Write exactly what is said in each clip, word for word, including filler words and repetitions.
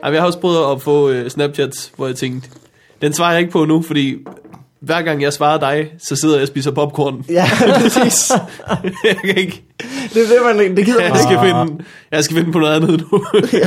Ej, jeg har også prøvet at få uh, Snapchats, hvor jeg tænkte, den svarer jeg ikke på nu, fordi hver gang jeg svarer dig, så sidder jeg og spiser popcorn. Ja, præcis. Jeg kan ikke. Det er det, man det gider man jeg skal finde, jeg skal finde på noget andet nu. Ja.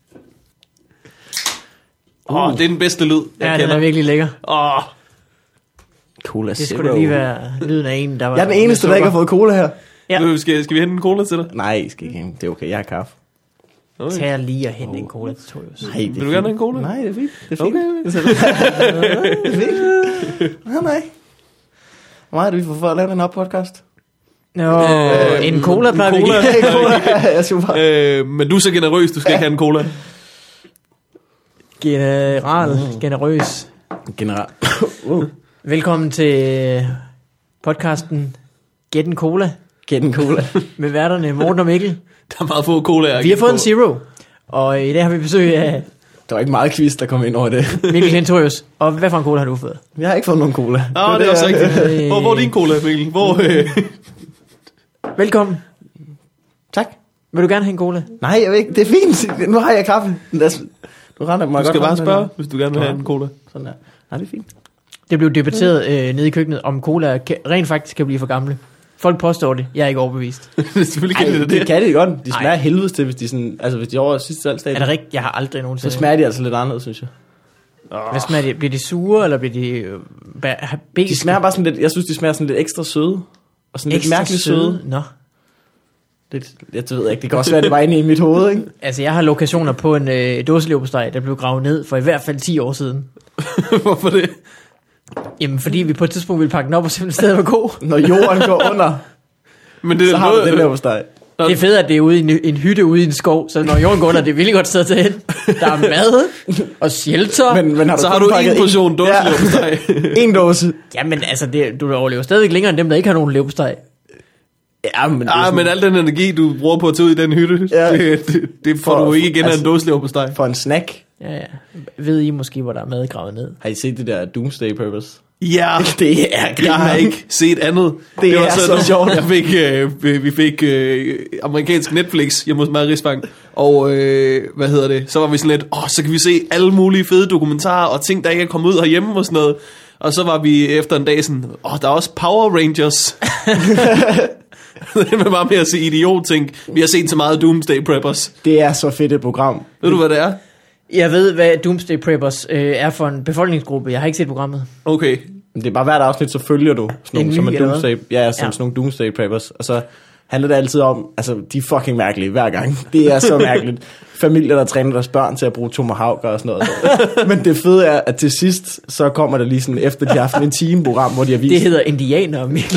Åh, uh. oh, det er den bedste lyd, jeg ja, kender. den er virkelig lækker. Åh. Oh. Cola Det Zero. skulle da lige være lyden af en, der var... Jeg er den eneste, der ikke har fået cola her. Ja. Skal, skal vi hente en cola til dig? Nej, I skal ikke hente. Det er okay, jeg har kaffe. Okay. Tag lige og hente en cola til Torius. Nej, det er Vil du fint. gerne have en cola? Nej, det er fint. Det er fint. Okay. Det er fint. Nej, nej. Hvor meget er det, vi får for at lave den her podcast? Nå, øh, en cola plejer vi cola. ikke. Cola er super. øh, men du er så generøs, du skal ja. ikke have en cola. General, mm. generøs. General. uh. Velkommen til podcasten Get en Cola Get en cola. med værterne Morten og Mikkel. Der er meget få cola. Vi har fået en Zero, og i dag har vi besøg af Der var ikke meget quiz, der kom ind over det. Mikkel Klintorius. Og hvad for en cola har du fået? Jeg har ikke fået nogen cola. Åh, oh, det er også rigtigt. Hvor, hvor er din cola, Mikkel? Hvor, øh... Velkommen. Tak. Vil du gerne have en cola? Nej, jeg vil ikke. Det er fint. Nu har jeg kaffe. Nu render mig Du skal godt bare frem, spørge, men- hvis du gerne vil have en cola. Sådan der. Nej, det er fint. Det blev debatteret øh, nede i køkkenet, om cola kan, rent faktisk kan blive for gamle. Folk påstår det. Jeg er ikke overbevist. Selvfølgelig kan Ej, det det, det. det kan de godt. De smager Ej. helvedes til, hvis de sådan, altså hvis de er over sidste salgsdag. Er det rigtigt? Jeg har aldrig Så nogensinde... smager de altså lidt anderledes, synes jeg. Hvad smager de? Bliver de sure, eller bliver de... Øh, bæ- De smager bare sådan lidt, jeg synes, de smager sådan lidt ekstra søde. Og sådan lidt mærkeligt søde. Nå. Lidt, jeg ved ikke, det kan også være, det var inde i mit hoved, ikke? Altså, jeg har lokationer på en øh, dåseleverpostej, der blev gravet ned for i hvert fald ti år siden. Hvorfor det? Jamen, fordi vi på et tidspunkt ville pakke den op og simpelthen stadig var god. Når jorden går under, Men det så er har noget, du den der hos dig. Det er fedt, at det er ude i en, en hytte ude i en skov, så når jorden går under, det er virkelig godt sted til hen. Der er mad og shelter. Men, men har du så har kun du pakket en portion dåselever på dig. En dåse. Jamen, altså, det, du overlever stadigvæk længere end dem, der ikke har nogen leverpostej. Ja, men det er Ah, sådan, men al den energi, du bruger på at tage ud i den hytte, Ja. det, det, det får For- du ikke igen af altså- en dåselever på dig. for en snack. Ja, ja. Ved I måske, hvor der er mad gravet ned? Har I set det der Doomsday Purpose? Ja, Det er jeg har ikke set andet. Det er sådan, så sjovt. Jeg fik, øh, vi fik øh, amerikansk Netflix hjemme hos mig i Rigsbank, og øh, hvad hedder det, så var vi sådan lidt, åh, så kan vi se alle mulige fede dokumentarer og ting, der ikke er kommet ud herhjemme og sådan noget. Og så var vi efter en dag sådan, åh, der er også Power Rangers. Det er bare med at se idiot ting. Vi har set så meget Doomsday Preppers. Det er så fedt et program. Ved du, hvad det er? Jeg ved, hvad Doomsday Preppers øh, er for en befolkningsgruppe. Jeg har ikke set programmet. Okay. Det er bare hvert afsnit, så følger du sådan En nogle, som ny, er eller hvad? Doomsday, ja, som Ja. sådan nogle Doomsday Preppers. Og så handler det altid om, altså de er fucking mærkelige hver gang. Det er så mærkeligt. Familier, der træner deres børn til at bruge tomahawk og sådan noget. Men det fede er, at til sidst, så kommer der lige sådan, efter de har haft en time-program, hvor de har vist... Det hedder indianer, Mikkel.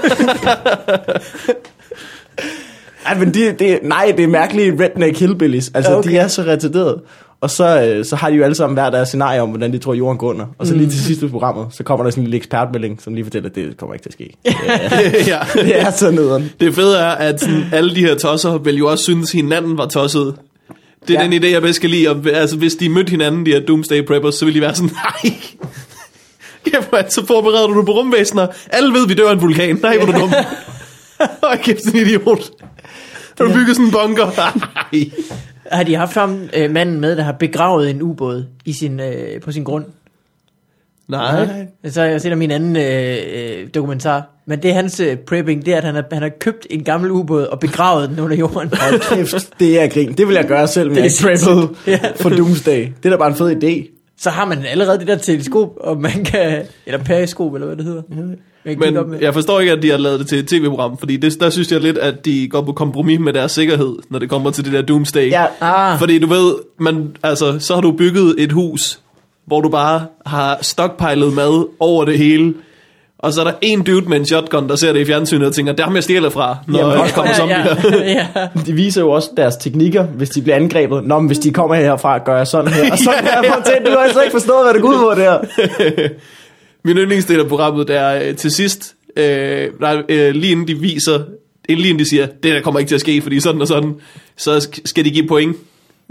Ej, men de, det, nej, det er mærkelige redneck hillbillies. Altså, okay. De er så retarderede. Og så, øh, så har de jo alle sammen hver deres scenarie om, hvordan de tror, jorden går under. Og så lige til sidst i programmet, så kommer der sådan en lille ekspertmelding, som lige fortæller, at det kommer ikke til at ske. Det er, Ja. det er så nederen. Det fede er, at sådan, alle de her tosser vil jo også synes, hinanden var tosset. Det er Ja. ja. den idé, jeg bedst kan lide. Og, altså, hvis de mødte hinanden, de her Doomsday Preppers, så ville de være sådan, nej. Kæft, man, så forbereder du dig på rumvæsener. Alle ved, vi dør af en vulkan. Nej, hvor er du dum. Åh, kæft, sådan en idiot. Har du bygget sådan en bunker? Nej. Har de haft ham, øh, manden med, der har begravet en ubåd i sin, øh, på sin grund? Nej. Så har jeg set om i en anden øh, øh, dokumentar. Men det er hans øh, prepping, det er, at han har, han har købt en gammel ubåd og begravet den under jorden. Hold kæft, det er grin. Det vil jeg gøre selv, med Det er jeg preppede Ja. for Doomsday. Det er da bare en fed idé. Så har man allerede det der teleskop, og man kan... Eller periskop, eller hvad det hedder. Man kan kigge op med. Men jeg forstår ikke, at de har lavet det til et tv-program, fordi det, der synes jeg lidt, at de går på kompromis med deres sikkerhed, når det kommer til det der Doomsday. Ja, Ah, Fordi du ved, man, altså, så har du bygget et hus, hvor du bare har stockpilet mad over det hele, og så er der en dude med en shotgun, der ser det i fjernsynet og tænker, der er ham jeg stjæler fra, når Jamen, der kommer zombier. ja, ja. de viser jo også deres teknikker, hvis de bliver angrebet. Nå, men hvis de kommer herfra, gør jeg sådan her. Og så Ja, er ja. jeg til, du har altså ikke forstået, hvad det går ud på der. Min yndlingsdel af programmet, det er øh, til sidst, øh, nej, øh, lige inden de viser, lige inden de siger, det der kommer ikke til at ske, fordi sådan og sådan, så sk- skal de give point.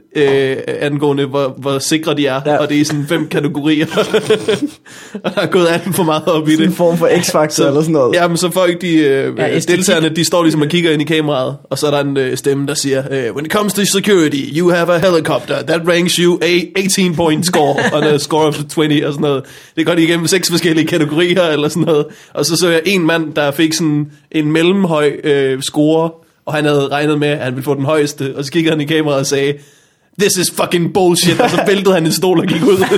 øh, angående, hvor, hvor sikre de er, ja. Og det er sådan fem kategorier. Og der er gået alt for meget op i det. Sådan en form for X-faktor eller sådan noget. Jamen, så folk, de, øh, ja, deltagerne, de står ligesom og kigger ind i kameraet, og så er der en øh, stemme, der siger, øh, when it comes to security, you have a helicopter, that ranks you a eighteen point score, on a score of tyve, og sådan noget. Det går de igennem seks forskellige kategorier, eller sådan noget. Og så så jeg en mand, der fik sådan en mellemhøj øh, score, og han havde regnet med, at han ville få den højeste, og så kiggede han i kameraet og sagde, this is fucking bullshit, og så væltede han en stol og gik ud.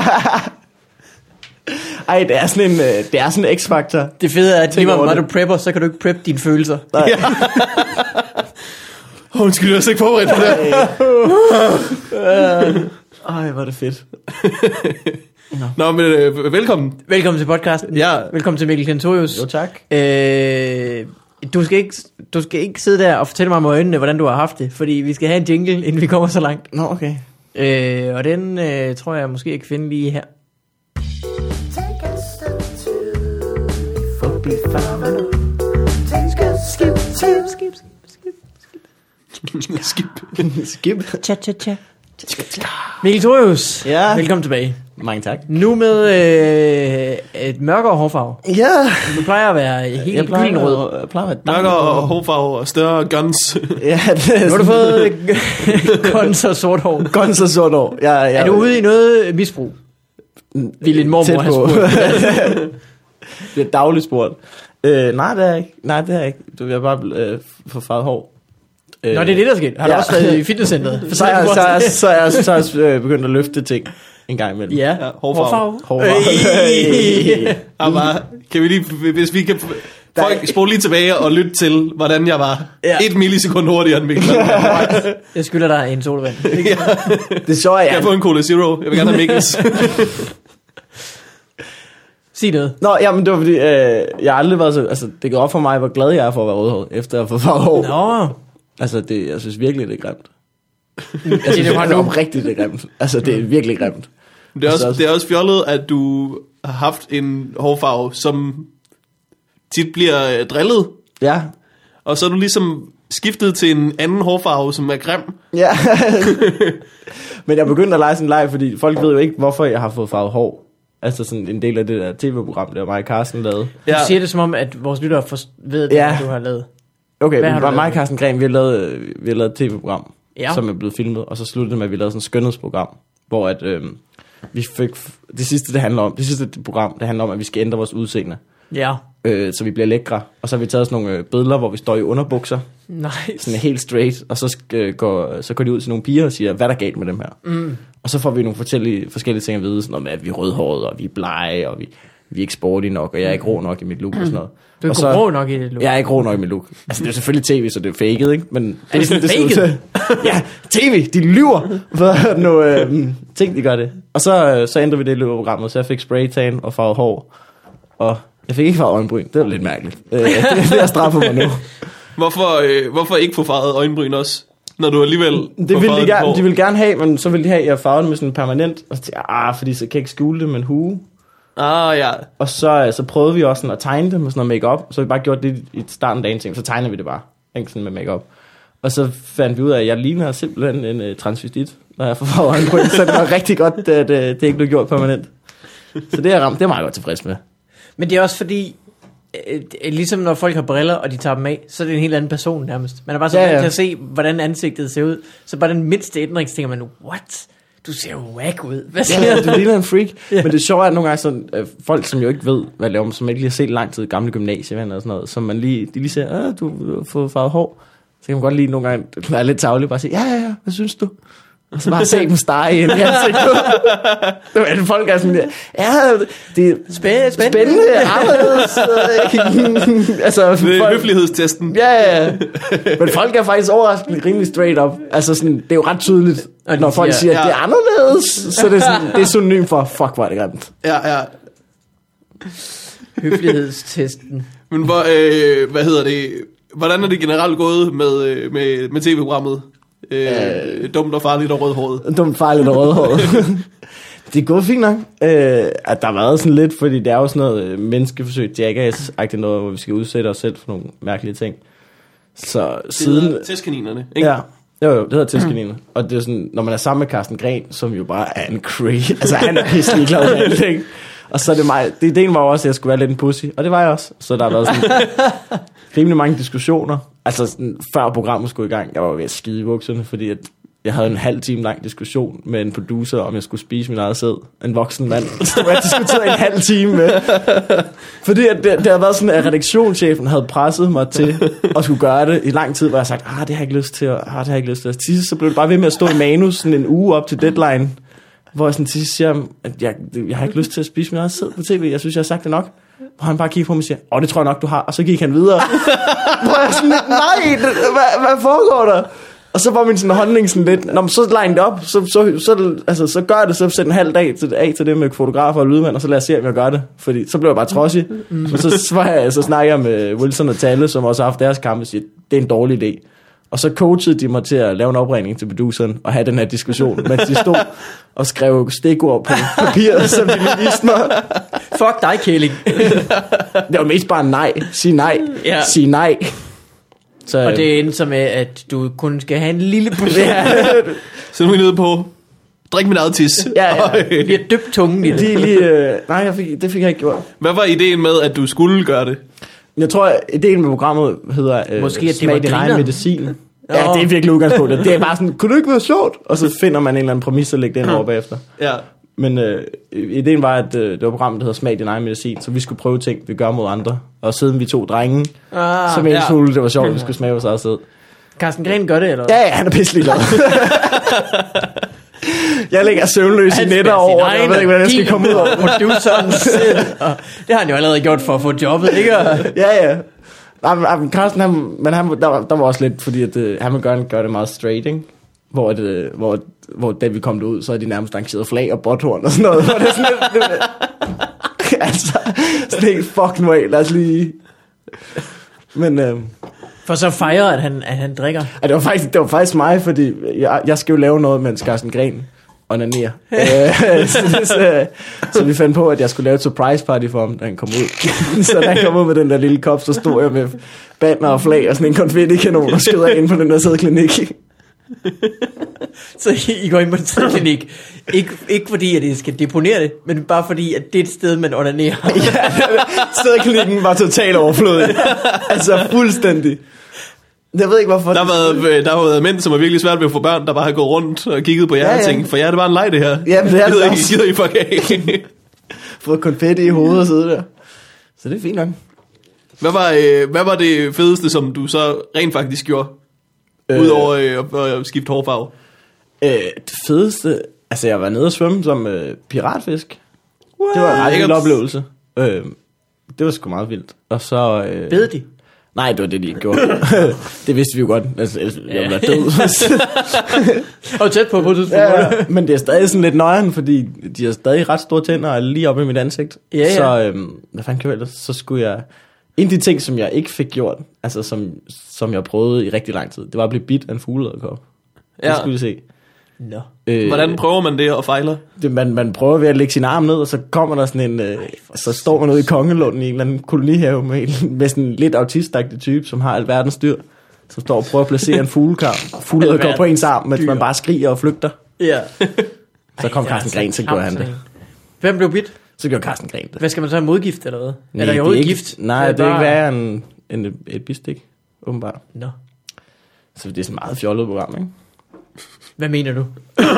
Ej, det er sådan en, det er sådan en X-faktor. Det fede er, at lige meget når du prepper, så kan du ikke prep dine følelser. Nej. Ja. Oh, undskyld, jeg er ikke forberedt på det. Ej, hvor er det fedt. Nå, Nå men øh, velkommen. Velkommen til podcasten. Ja. Velkommen til Mikkel Kentorius. Jo, tak. Øh, du, skal ikke, du skal ikke sidde der og fortælle mig med øjnene, hvordan du har haft det, fordi vi skal have en jingle, inden vi kommer så langt. Nå, okay. Øh, og den øh, tror jeg måske jeg kan finde lige her. Skip, skip, skip, skip, skip, skip. Cha cha cha. Mikkel Kentorius. Ja. Velkommen tilbage. Mange tak. Nu med øh, et mørkere hårfarve. Ja. Du plejer at være helt gyldenrød. Jeg plejer at være mørkere og hårfarve og større guns. Ja, det er nu har du fået guns og sort hår. Guns og sort hår. Ja, ja. Er du ude i noget misbrug? Vil din mormor have spurgt? Det er dagligt spurgt. Øh, nej, det er ikke. Nej, det er ikke. Du vil bare øh, få farvet hår. Øh, Nå, det er det, der sker. Har du ja. også været i fitnesscenteret? Så, så, så, så, så, er jeg, så er jeg øh, begyndt at løfte ting en gang imellem. Ja, ja hårfarve. Hårfarve. Hårfarve. Kan vi lige, hvis vi kan... Folk, spole lige tilbage og lytte til, hvordan jeg var ja. et millisekund hurtigere end Mikkel. Jeg skylder dig en solvand. Ja. Det så jeg. Kan jeg få en Cola Zero? Jeg vil gerne have Mikkels. Sig noget. Nå, jamen det var fordi, øh, jeg har aldrig været så... Altså, det går op for mig, hvor glad jeg er for at være rødhåret, efter at få farvet hår. Nå. Altså, det, jeg synes virkelig, det er grimt. Jeg synes, det var nu rigtigt, det er grimt. Altså, det er virkelig grimt. Det er, også, det er også fjollet, at du har haft en hårfarve, som tit bliver øh, drillet. Ja. Og så er du ligesom skiftet til en anden hårfarve, som er grim. Ja. Men jeg begyndte at lege sådan en leg, fordi folk ved jo ikke, hvorfor jeg har fået farvet hår. Altså sådan en del af det der tv-program, der mig og Carsten lavede. Ja. Du siger det som om, at vores lyttere ved det, ja. Du har lavet. Okay, men mig og Carsten Gren, vi har lavet, vi har lavet et tv-program, ja. Som er blevet filmet, og så sluttede det med, at vi lavede sådan et skønhedsprogram, hvor at, øh, vi fik, det sidste det handler om, det sidste program, det handler om, at vi skal ændre vores udseende. Ja. Øh, så vi bliver lækre, og så har vi taget sådan nogle øh, billeder, hvor vi står i underbukser. Nice. Sådan helt straight, og så, skal, går, så går de ud til nogle piger og siger, hvad er der galt med dem her? Mm. Og så får vi nogle forskellige, forskellige ting at vide, sådan om, at vi er rødhårede, og vi er blege, og vi, vi er ikke sporty nok, og jeg er ikke rå nok i mit look, mm. og sådan noget. Du er ikke rå nok i dit look? Jeg er ikke rå nok i mit look. Altså, det er selvfølgelig tv, så det er faked, ikke? Men er det, det, det faked? Ja, tv, de lyver for nogle øh, ting, de gør det. Og så, så ændrer vi det i løbet af programmet, så jeg fik spraytan og farvet hår, og jeg fik ikke farvet øjenbryn. Det var lidt mærkeligt. Øh, det, det er straffet mig nu. Hvorfor, øh, hvorfor ikke få farvet øjenbryn også? Når du alligevel det ville de, gerne, de ville gerne have, men så ville de have, at jeg farvede med sådan permanent. Og så tænkte jeg, ah, fordi så kan jeg ikke skjule det med en hue. Ah, ja. Og så, så prøvede vi også sådan at tegne det med sådan noget make-up. Så vi bare gjort det i starten af dagen, ting. Så tegner vi det bare. Ikke sådan med make-up. Og så fandt vi ud af, at jeg ligner simpelthen en uh, transvestit, når jeg får farvet øjenbryn. Så det var rigtig godt, at uh, det ikke blev gjort permanent. Så det er ramt. Det er meget godt tilfreds med. Men det er også fordi, øh, ligesom når folk har briller, og de tager dem af, så er det en helt anden person nærmest. Man er bare så ja, vant ja. til at se, hvordan ansigtet ser ud. Så bare den mindste ændring, så tænker man, what? Du ser jo whack ud. Hvad siger ja, du? du ligner en freak. Ja. Men det sjove er, at nogle gange sådan, øh, folk, som jo ikke ved, hvad laver, som ikke lige har set lang tid gamle gymnasievenner og sådan noget, som man lige, de lige siger, ah, du har fået farvet hår. Så kan man godt lige nogle gange være lidt tavlig, bare sige, ja, ja, ja, hvad synes du? Og så bare se dem stege ind i ansigtet. Folk er sådan, ja, det er spændende, spændende anderledes. Altså, det er høflighedstesten. Ja, ja. Men folk er faktisk overraskende rimelig straight up. Altså sådan, det er jo ret tydeligt, når de folk siger, at ja. Det er anderledes. Så det er, sådan, det er synonym for, fuck, hvor er det grimt. Ja, ja. Høflighedstesten. Men hvor, øh, hvad hedder det, hvordan er det generelt gået med, med, med tv-programmet? Øh, øh, dumt og farligt og rødhåret. Dumt, farligt og rødhåret. Det er gået fint nok. Øh, at der har været sådan lidt, fordi det er jo sådan noget øh, menneskeforsøg, jackass-agtigt noget, hvor vi skal udsætte os selv for nogle mærkelige ting. Så siden... Testkaninerne, ikke? Ja. Jo, jo, det hedder Tidskaniner. Og det er sådan, når man er sammen med Carsten Gren, som jo bare er en crazy, altså han er pisselig glad med alting. Og så er det mig, det ideen var jo også, at jeg skulle være lidt en pussy, og det var jeg også. Så der har været sådan rimelig mange diskussioner, altså sådan, før programmet skulle i gang. Jeg var ved at skide i bukserne, fordi at jeg havde en halv time lang diskussion med en producer, om jeg skulle spise min eget sæd. En voksen mand. Så jeg diskuterede en halv time med. Fordi at det, det havde været sådan, at redaktionschefen havde presset mig til at skulle gøre det i lang tid, hvor jeg sagde, ah, det har jeg ikke lyst til, ah, det har jeg ikke lyst til. Til sidst så blev det bare ved med at stå i manus sådan en uge op til deadline, hvor jeg sådan til sidst siger, at jeg, jeg har ikke lyst til at spise min eget sæd på tv. Jeg synes, jeg har sagt det nok. Hvor han bare kigger på mig og siger, åh, det tror jeg nok, du har. Og så gik han videre. Hvor jeg sådan lidt, nej, det, hvad, hvad foregår der? Og så var min sådan holdning sådan lidt, når man så line det op, så, så, så, altså, så gør jeg det, så sæt en halv dag til, af til det med fotografer og lydmand, og så lad os se, om jeg gør det. Fordi så blev jeg bare trodsig. Mm. Og så, så, jeg, så snakker jeg med Wilson og Talle, som også har haft deres kamp, og siger, det er en dårlig idé. Og så coachede de mig til at lave en opringning til produceren og have den her diskussion, mens de stod og skrev stikord på papir, som de lige viste mig. Fuck dig, Kælling. Det var mest bare nej. Sig nej. Ja. Sig nej. Så, og det endte så med, at du kun skal have en lille pose. Ja. Så nu er vi nede på, drik min eget tis. Ja, ja. Vi har dybt tungen i det. De lige, øh, nej, jeg fik, det fik jeg ikke gjort. Hvad var ideen med, at du skulle gøre det? Jeg tror, at ideen med programmet hedder øh, Måske, at det Smag var din egen griner. medicin. Ja, det er virkelig udgangspunktet. Det er bare sådan, kunne det ikke være sjovt? Og så finder man en eller anden præmis og lægger det ind over bagefter. Ja. Men øh, ideen var, at øh, det var programmet, der hedder Smag din egen medicin, så vi skulle prøve ting, vi gør mod andre. Og siden vi to drenge, Ah, så mente ja. ja. det var sjovt, at vi skulle smage vores eget sæd. Carsten Gren gør det, eller? Ja, ja, han er pisselig glad. Jeg ligger søvnløs i netter over, jeg ved ikke, hvordan jeg skal komme ud over. Produceren selv. Og det har han jo allerede gjort for at få jobbet, ikke? Ja, ja. Ja, men Carsten, han, men han, der, var, der var også lidt, fordi at, uh, han vil gøre, gøre det meget straight, ikke? Hvor, det, hvor, hvor da vi kom derud, så er de nærmest arrangeret flag og botthorn og sådan noget. Hvor det er sådan lidt, det, altså, sådan helt fucking way, lad os lige... Men... Uh, For så fejre, at han, at han drikker. ja, det, var faktisk, det var faktisk mig, fordi jeg, jeg skal jo lave noget, mens Carsten Gren onanerer. uh, så, så, så vi fandt på, at jeg skulle lave et surprise party for ham, da han kom ud. Så da han kom ud med den der lille kop, så stod jeg med banner og flag og sådan en konfettikanon og skød ind på den der sædklinik. Så I går ind på en sædklinik. Ikke, ikke fordi, at I skal deponere det, men bare fordi, at det er et sted, man onanerer. Ja, sædklinikken var totalt overflødig. Altså fuldstændig. Jeg ved ikke hvorfor. Der har været, der har været mænd, som er virkelig svært ved at få børn, der bare har gået rundt og kigget på jer ja, ja. og tænkt, for jer er det bare en leg det her. Ja, men det er gider det I, også. gider I fuck af. Fået konfetti i hovedet og sidde der. Så det er fint nok. Hvad var, øh, hvad var det fedeste, som du så rent faktisk gjorde? Øh, Udover øh, at skifte hårfarve. Øh, det fedeste... Altså, jeg var nede og svømme som øh, piratfisk. What? Det var en ret vild oplevelse. Øh, det var sgu meget vildt. Og så... Øh, Bed de? Nej, det var det, de ikke gjorde. Det vidste vi jo godt. Altså, jeg ville være død. Og tæt på på det. Ja, men det er stadig sådan lidt nøjeren, fordi de har stadig ret store tænder og lige oppe i mit ansigt. Ja, ja. Så øhm, hvad fanden kan jeg ellers? Så skulle jeg... En af de ting, som jeg ikke fik gjort, altså som, som jeg prøvede i rigtig lang tid, det var at blive bidt af en fuglederkop. Ja. Det skulle vi se. Nå. Øh, Hvordan prøver man det og fejler? Det, man, man prøver ved at lægge sin arm ned, og så kommer der sådan en... Øh, Ej, så står man ude i Kongelunden i en eller anden kolonihave med, med sådan en lidt autistagtig type, som har alverdens dyr, som står og prøver at placere en fuglekar. Fuglederkop på ens arm, mens man bare skriger og flygter. Ja. Så kom Carsten Gren, så gjorde han det. Hvem blev bidt? Så gjorde Carsten Gren det. Hvad skal man så have modgift, eller hvad? Nej, er der jo det er ikke, gift? nej, det er ikke værre end, end et, et bistik, åbenbart. Nå. Så det er sådan et meget fjollet program, ikke? Hvad mener du?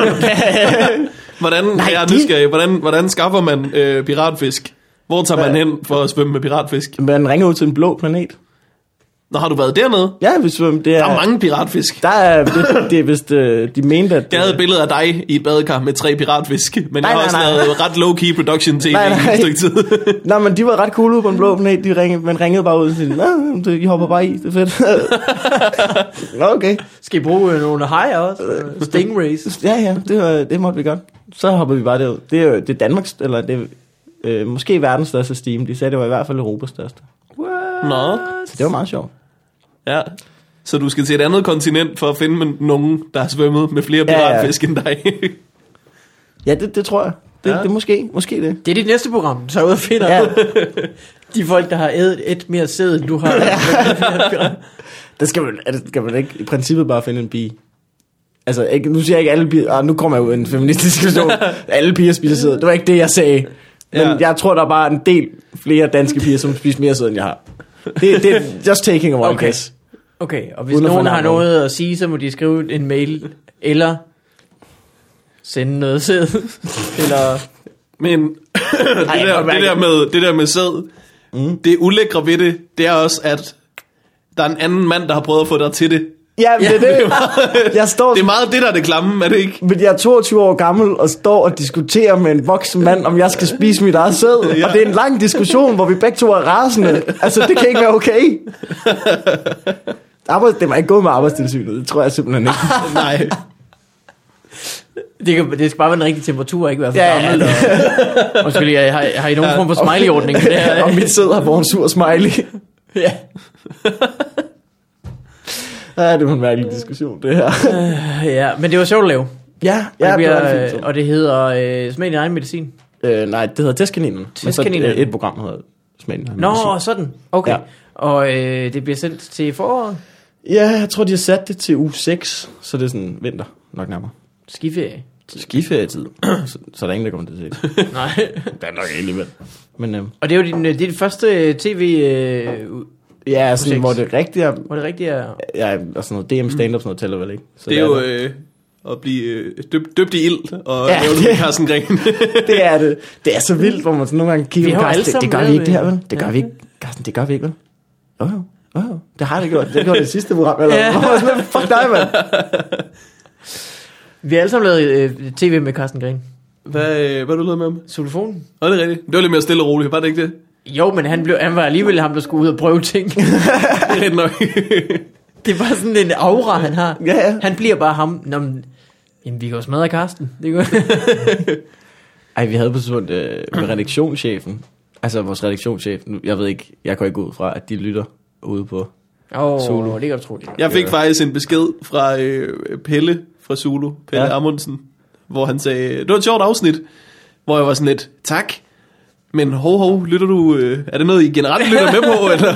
Hvordan, Nej, jeg er de- nysgerrig, hvordan, hvordan skaffer man øh, piratfisk? Hvor tager man Hvad? hen for at svømme med piratfisk? Man ringer ud til en blå planet. Nå, har du været dernede? Ja, vi svømmer. Det er, Der er mange piratfisk. Der er, det, det er vist, øh, de mente, at... Jeg havde et billede af dig i et badekar med tre piratfisk, men Nej, jeg har nej, også nej. lavet ret low-key production tv Nej, i nej. et stykke tid. Nå, men de var ret cool ude på en blå planet. De ringede, man ringede bare ud og sagde, nå, det- I hopper bare i, det er fedt. Nå, okay. Skal I bruge øh, nogle hajer også? Øh, Stingrays? Ja, ja, det, var, det måtte vi godt. Så hoppede vi bare derud. Det er jo det er Danmarks, eller det er øh, måske verdens største steam. De sagde, det var i hvert fald Europas største. Nå, Så det var meget sjovt. ja. Så du skal til et andet kontinent for at finde med nogen, der har svømmet med flere Ja, ja. piratfisk end dig. Ja, det, det tror jeg. Det, Ja. ja. det er måske, måske det. Det er dit næste program, så er ud og finder Ja. de folk, der har ædet et mere sæd, end du har. Der skal man, er det- skal man ikke i princippet bare finde en bi. Altså, ikke, nu siger jeg ikke alle piger, ah, nu kommer jeg ud i en feministisk diskussion, alle piger spiser sæd. Det var ikke det, jeg sagde. Men ja. Jeg tror, der er bare en del flere danske piger, som spiser mere sæd, end jeg har. Det, det er just taking a wild Okay. guess. Okay, og hvis nogen har noget at sige, så må de skrive en mail, eller sende noget sæd, eller... Men det, Ej, der, det, der med, det der med sæd, mm. det ulækre ved det, det er også, at der er en anden mand, der har prøvet at få dig til det. Ja, men det er det. Jeg står, Det er meget det, der er det klamme, er det ikke? men jeg er toogtyve år gammel og står og diskuterer med en voksen mand, om jeg skal spise mit eget sæd. Ja. Og det er en lang diskussion, hvor vi begge to er rasende. Altså, det kan ikke være okay. Arbejds, det var ikke gået med arbejdstilsynet, det tror jeg simpelthen ikke. Nej. Det, kan, det skal bare være en rigtig temperatur, ikke være for Ja, gammel. Og, og skal lige, har, har I nogen form for smiley-ordning? Det her, Og mit sæd har været en sur smiley. ja. Ja, det var en mærkelig diskussion, det her. Uh, ja, men det var sjovt at lave. Ja, Og ja, det, bliver, det var fint. og det hedder øh, Smag din egen medicin. Øh, nej, det hedder Testkaninen. Testkaninen. Et program hedder Smag din egen Nå, medicin. sådan. Okay. Ja. Og øh, det bliver sendt til foråret. Ja, jeg tror, de har sat det til uge seks, så det er sådan vinter nok nærmere. Skiferie. Skiferietid, så, så er der ingen, der kommer til at se det. Nej. Det er nok alligevel. Men øh, Og det er jo din, det er dit første tv, øh, ja, sådan, projekt. hvor det rigtigt er, hvor det rigtigt er... ja, og sådan noget D M stand-up, sådan noget tæller vel ikke? Så Det er jo øh, at blive øh, døbt, døbt i ild og Ja, ja, lave det det- med Carsten Gren. det er det. Det er så vildt, hvor man sådan nogle gange kigger Vi på har jo Carsten. alle Det, det gør sammen vi ikke det her, lavet, vel? Det gør ja. vi ikke. Carsten, det gør vi ikke, vel? Åh, oh, åh, oh, det har det gjort. Det gjorde det sidste program, eller? Ja. Hvor man sådan, fuck dig, mand. Vi har alle sammen lavet øh, tv med Carsten Gren. Hvad, øh, hvad har du lavet med ham? Xylofonen. Var det rigtigt? Det var lidt mere stille og roligt, var det ikke det? Jo, men han, blev, han var alligevel ham, der skulle ud og prøve ting. Det er rigtigt nok. Det var sådan en aura, han har. Ja, ja. Han bliver bare ham. Nå, men, jamen, vi kan jo smadre Carsten. Det går. Ej, vi havde på sådan øh, med redaktionschefen. Altså vores redaktionschef. Nu, jeg ved ikke, jeg går ikke ud fra, at de lytter ude på. Åh, Zulu. det kan du tro, det. Jeg fik Ja. faktisk en besked fra øh, Pelle fra Zulu, Pelle Ja. ja. Amundsen, hvor han sagde, det var et sjovt afsnit, hvor jeg var sådan lidt, tak, men hov, hov, lytter du, øh, er det noget, I generelt lytter med på, eller?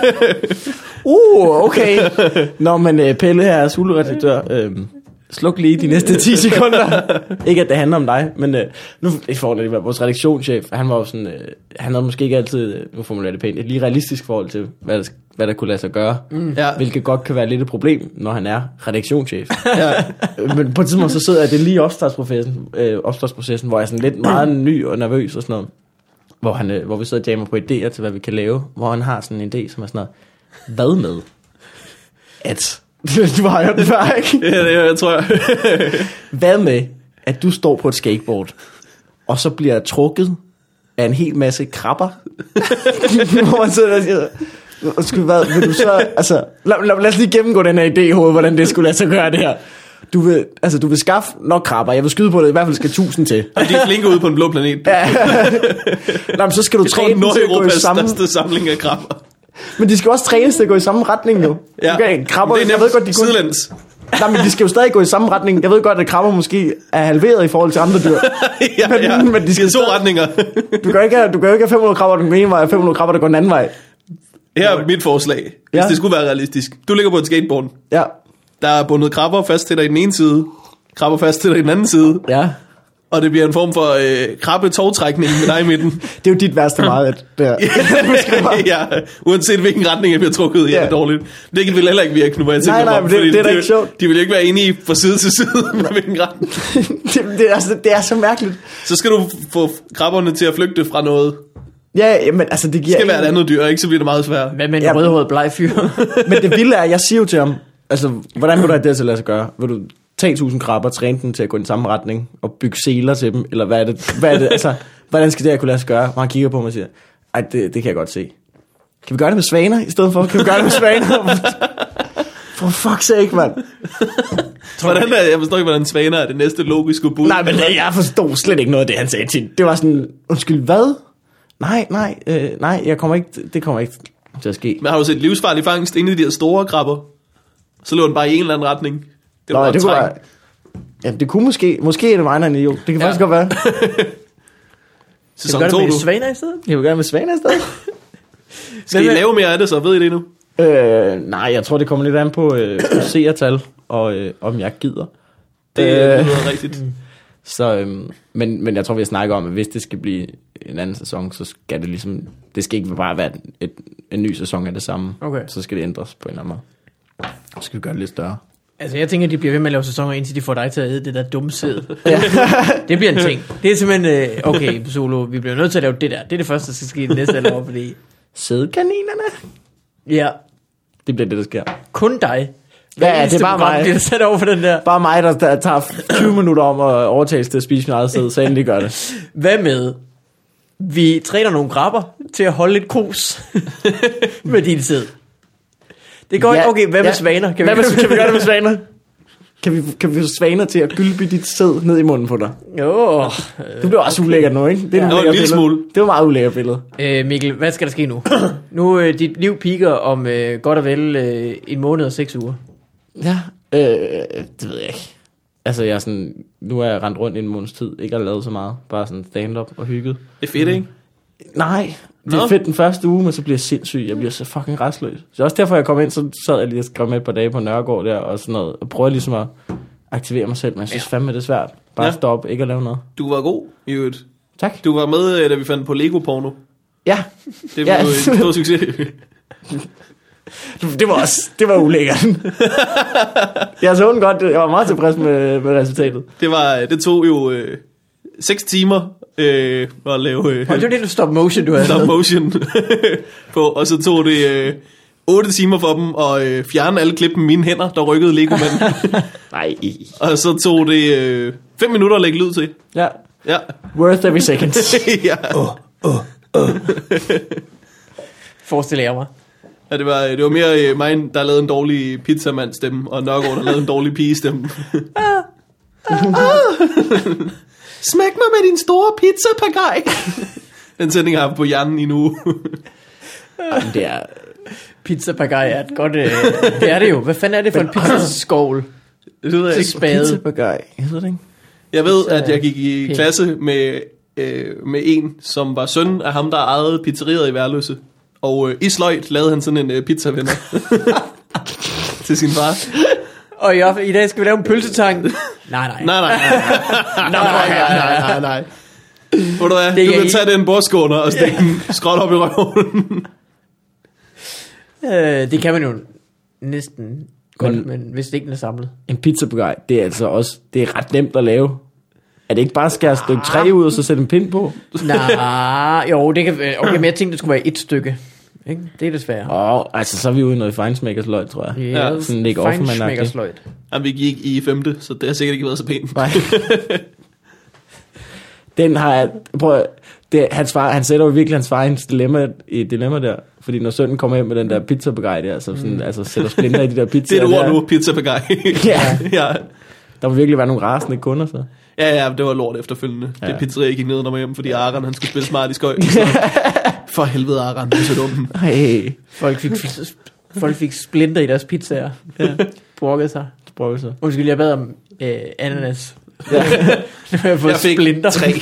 Uh, okay. Nå, men øh, Pelle her er Zulu-redaktør. Øh, sluk lige de næste ti sekunder. Ikke at det handler om dig, men øh, nu i forhold til vores redaktionschef, han var jo sådan, øh, han havde måske ikke altid, øh, nu formulerer det pænt, et lige realistisk forhold til, hvad der, hvad der kunne lade sig gøre. Mm. Ja. Hvilket godt kan være lidt et problem, når han er redaktionschef. Ja. Men på et tidspunkt så sidder jeg, det er lige i opstartsprocessen, øh, opstartsprocessen, hvor jeg er sådan lidt meget ny og nervøs og sådan noget. Hvor, han, øh, hvor vi sidder og jammer på idéer til, hvad vi kan lave. Hvor han har sådan en idé, som er sådan noget, hvad med? At, du har hørt det før, ikke? Ja, det, jeg tror jeg. Hvad med, at du står på et skateboard, og så bliver jeg trukket af en hel masse krabber? Hvor man sidder og siger, undskyld, hvad vil du så, altså, lad, lad, lad os lige gennemgå den her idé i hovedet, hvordan det skulle lade sig gøre det her. Du vil, altså, du vil skaffe nok krabber, jeg vil skyde på det, i hvert fald skal tusind til. Og de er flinke ude på en blå planet. Ja. Nå, men så skal du Jeg tror, træne dem til at gå i Nordeuropas samme... største samling af krabber. Men de skal også trænes til at gå i samme retning, jo. Ja, Okay, krabber, det er jeg nemt ved godt, de kun... sidelæns. Nej, men de skal jo stadig gå i samme retning. Jeg ved godt, at krabber måske er halveret i forhold til andre dyr. ja, Men- ja. men de skal I to stadig- retninger. Du kan jo ikke have, du kan jo ikke have fem hundrede krabber, der går den ene vej, og fem hundrede krabber, der går den anden vej. Her er mit forslag, hvis Ja. det skulle være realistisk. Du ligger på et skateboard. Ja. Der er bundet krabber fast til dig i den ene side, krabber fast til dig i den anden side, Ja. og det bliver en form for øh, krabbe-tovtrækning med dig i midten. Det er jo dit værste meget, der. ja, uanset hvilken retning jeg bliver trukket i, Ja. er det dårligt. Det kan vel heller ikke virke nu, hvor jeg tænker Nej, nej, mig om, men det- fordi det er da ikke sjovt. De vil ikke være enige fra side til side med hvilken retning. det, det, er, så, det er så mærkeligt. Så skal du få krabberne til at flygte fra noget. Ja, men altså, det Det giver... skal være et ingen- andet dyr, ikke? Så bliver det meget svært. Hvad med en Ja. rødhåret bleg fyr? Men det vilde er, jeg siger jo til ham, altså, hvordan vil du have det til at lade sig gøre? Vil du tage tusind krabber, træne dem til at gå i den samme retning, og bygge seler til dem, eller hvad er det? Hvad er det? Altså, hvordan skal det her kunne lade sig gøre? Og han kigger på mig og siger, ej, det, det kan jeg godt se. Kan vi gøre det med svaner i stedet for? Kan vi gøre det med svaner? For fuck's sake, mand. Hvordan er, jeg forstår ikke, hvordan svaner er det næste logiske bud. Nej, men det, jeg forstod slet ikke noget af det, han sagde til. Det var sådan, undskyld, hvad? Nej, nej, øh, nej, jeg kommer ikke, det kommer ikke til at ske. Men har du set livsfarlig fangst inde i de der store krabber? Så løber den bare i en eller anden retning. Det, Nå, var det kunne være, ja, det kunne måske, måske er det mig, der er en idiot. Det kan Ja. faktisk godt være. Skal Sæson vi gøre to, det med du. svaner i stedet? Jeg vil gerne med svaner i stedet. Skal I Hvem er- lave mere af det, så ved I det nu? Øh, nej, jeg tror, det kommer lidt an på, øh, på seertal, og øh, om jeg gider. Det Øh, lyder rigtigt. Så, øhm, men, men jeg tror, vi har snakket om, at hvis det skal blive en anden sæson, så skal det ligesom, det skal ikke bare være et, et, en ny sæson af det samme. Okay. Så skal det ændres på en eller anden måde. Så skal vi gøre det lidt større. Altså, jeg tænker, at de bliver ved med at lave sæsoner, indtil de får dig til at æde det der dumme sæd. Ja. Det bliver en ting. Det er simpelthen, øh, okay, Solo, vi bliver nødt til at lave det der. Det er det første, der skal ske i det næste halvår, fordi... Sædkaninerne. Ja, Det bliver det, der sker. kun dig. Ja, ja, det er eneste bare program mig. bliver sat over for den der. Bare mig, der, der tager tyve minutter om at overtage til at spise min eget sæd, så endelig gør det. Hvad med, vi træner nogle grabber til at holde lidt krus med din sæd. Det går Ja, ikke. Okay, hvad med ja. svaner? Kan Hvad vi, med, kan vi gøre det med svaner? Kan vi, kan vi få svaner til at gylpe dit sæd ned i munden på dig? Jo. Du bliver også okay. ulækkert nu, ikke? Det er Ja. et Nå, en ulækkert lille billede. smule. Det var meget ulækkert billede. Øh, Mikkel, hvad skal der ske nu? Nu øh, dit liv piker om øh, godt og vel øh, en måned og seks uger. Ja, øh, det ved jeg ikke. Altså, jeg er sådan, nu er jeg rendt rundt i en måneds tid, ikke har lavet så meget. Bare sådan stand-up og hygget. Det er fedt, ikke? Nej, det er Nå. fedt den første uge, men så bliver jeg sindssyg. Jeg bliver så fucking restløs. Så det er også derfor, jeg kom ind, så sad jeg lige og skrev med et par dage på Nørregård der, og sådan noget. Og prøver ligesom at aktivere mig selv, men jeg synes ja. fandme, det er svært. Bare Ja. ja. stoppe, ikke at lave noget. Du var god, i øvrigt. Tak. Du var med, da vi fandt på Lego-porno. Ja, Det var Ja. jo en stor succes. det var også, det var ulækkert. Jeg så den godt, jeg var meget tilfreds med, med resultatet. Det, var, det tog jo øh, seks timer øh, at lave øh, Og det var det, du stop motion, du havde. stop lavet. motion på, og så tog det øh, otte timer for dem at øh, fjerne alle klip med mine hænder, der rykkede Lego-manden. Nej. Og så tog det øh, fem minutter at lægge lyd til. Ja, Ja. worth every second. ja. Forestiller jeg mig. Ja, det var, det var mere øh, mig, der lavede en dårlig pizzamand stemme, og Nørgaard, der lavede en dårlig pige stemme. Smæk mig med din store pizzapagaj. Den sending har jeg på hjernen i nu. Jamen, det er... Pizza pagaj er et godt... Øh, det er det jo. Hvad fanden er det for en pizzaskål? Det ved jeg Til ikke. spade. Pizzapagaj, jeg ved det ikke. Jeg ved, at jeg gik i Pænt. klasse med, øh, med en, som var søn af ham, der ejede pizzeriet i Værløse. Og øh, i sløjt lavede han sådan en øh, pizzavenner til sin far. Og i, aften- i dag skal vi lave en pølsetang. Nej, nej. Nej, nej, nej, nej, nej, nej, nej, nej. Ved du hvad, Det du kan kan I- tage den bordskåner og stikke den skråt op i røven. Øh, det kan man jo næsten godt, men, Men- men hvis det ikke er samlet. En pizzapagaj, det er altså også... Det er ret nemt at lave. Er det ikke bare at skære et stykke træ ud, og så sætte en pind på? Nej, jo, det kan... Okay, men jeg tænkte, det skulle være et stykke. Ikke? Det er desværre. Åh, oh, altså så er vi ude i noget feinsmækkersløg, tror jeg. Ja, sådan Nick Offerman-agtigt. Feinschmeckersløjt. Jamen, vi gik i femte, så det har sikkert ikke været så pænt. Nej. Den har jeg... Prøv at, det, hans far, han sætter jo virkelig hans far i et dilemma, i et dilemma der. Fordi når sønnen kommer hjem med den der pizzapagaj der, så sådan, mm. altså sætter splinter i de der Det er pizzaer et ord der. nu, pizzapagaj. Ja. ja. Der må virkelig være nogle rasende kunder, så. Ja, ja, det var lort efterfølgende. Ja. Ja. Det pizzeria gik ned under mig hjem, fordi Aran, han skulle spille smart i skøj. Så, for helvede, Aran, du er så dum. Hey. Folk fik, folk fik splinter i deres pizzaer. Ja. Brokkede sig. Prøv så. Undskyld, jeg bad om øh, ananas. Ja. Nu har jeg fået Jeg fik splinter. tre.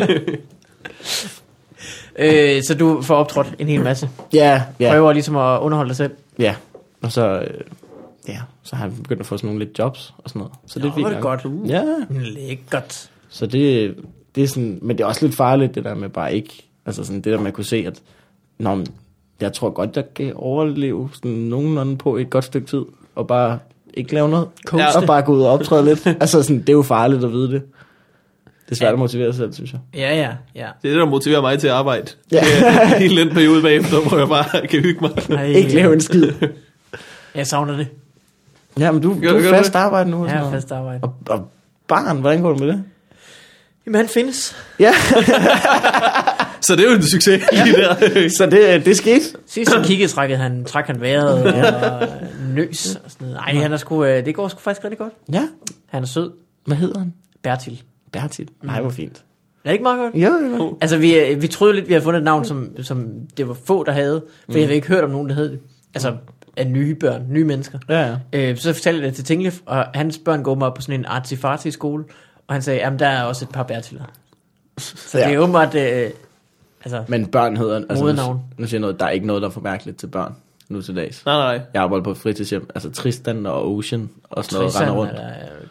øh, så du får optrådt en hel masse. Ja, ja. Prøver ligesom at underholde dig selv. Ja. Og så... Øh, ja, så har han begyndt at få sådan nogle lidt jobs og sådan noget. Så det er Nå, fint hvor er det nok. godt. Ja. Lækkert. Så det, det er sådan, men det er også lidt farligt, det der med bare ikke, altså sådan det der med at kunne se, at nå, men jeg tror godt, jeg kan overleve sådan nogenlunde på et godt stykke tid, og bare ikke lave noget, Coaste. og bare gå ud og optræde lidt. Altså sådan, det er jo farligt at vide det. Det er svært at motivere sig selv, synes jeg. Ja, ja, ja. Det er det, der motiverer mig til at arbejde. Ja. Det er hele den periode bagefter, hvor jeg bare kan hygge mig. Ej, Ikke lave en skid. Jeg savner det. Ja, men du, Gør du du- gør er du fast arbejde nu. Og, sådan Ja, noget. fast arbejde. og, og barn, hvordan går det med det? Jamen, han findes. Ja, Så det er jo en succes lige der. så det, det skete. Sidst han kiggede, trækkede han, trak han vejret og nøs og sådan noget. Ej, han er sgu, øh, det går sgu faktisk rigtig godt. Ja, Han er sød. hvad hedder han? Bertil. Bertil. Nej, hvor fint. Er det ikke meget godt? Jo, jo. Altså, vi, øh, vi troede lidt, vi havde fundet et navn, som, som det var få, der havde. For mm. jeg havde ikke hørt om nogen, der hed det. Altså, af nye børn, nye mennesker. Ja, ja. Øh, så fortalte jeg det til Tinglef, og hans børn går mig på sådan en artsy-farty skole. Og han sagde, jamen der er også et par Bertiller. Så ja. Ja. det er åbenbart... Øh, altså, Men børn hedder... Altså, Modenavn. nu, nu siger jeg noget, der er ikke noget, der er for mærkeligt til børn nu til dags. Nej, nej. Jeg arbejder på et fritidshjem. Altså Tristan og Ocean og sådan noget Tristan render rundt. er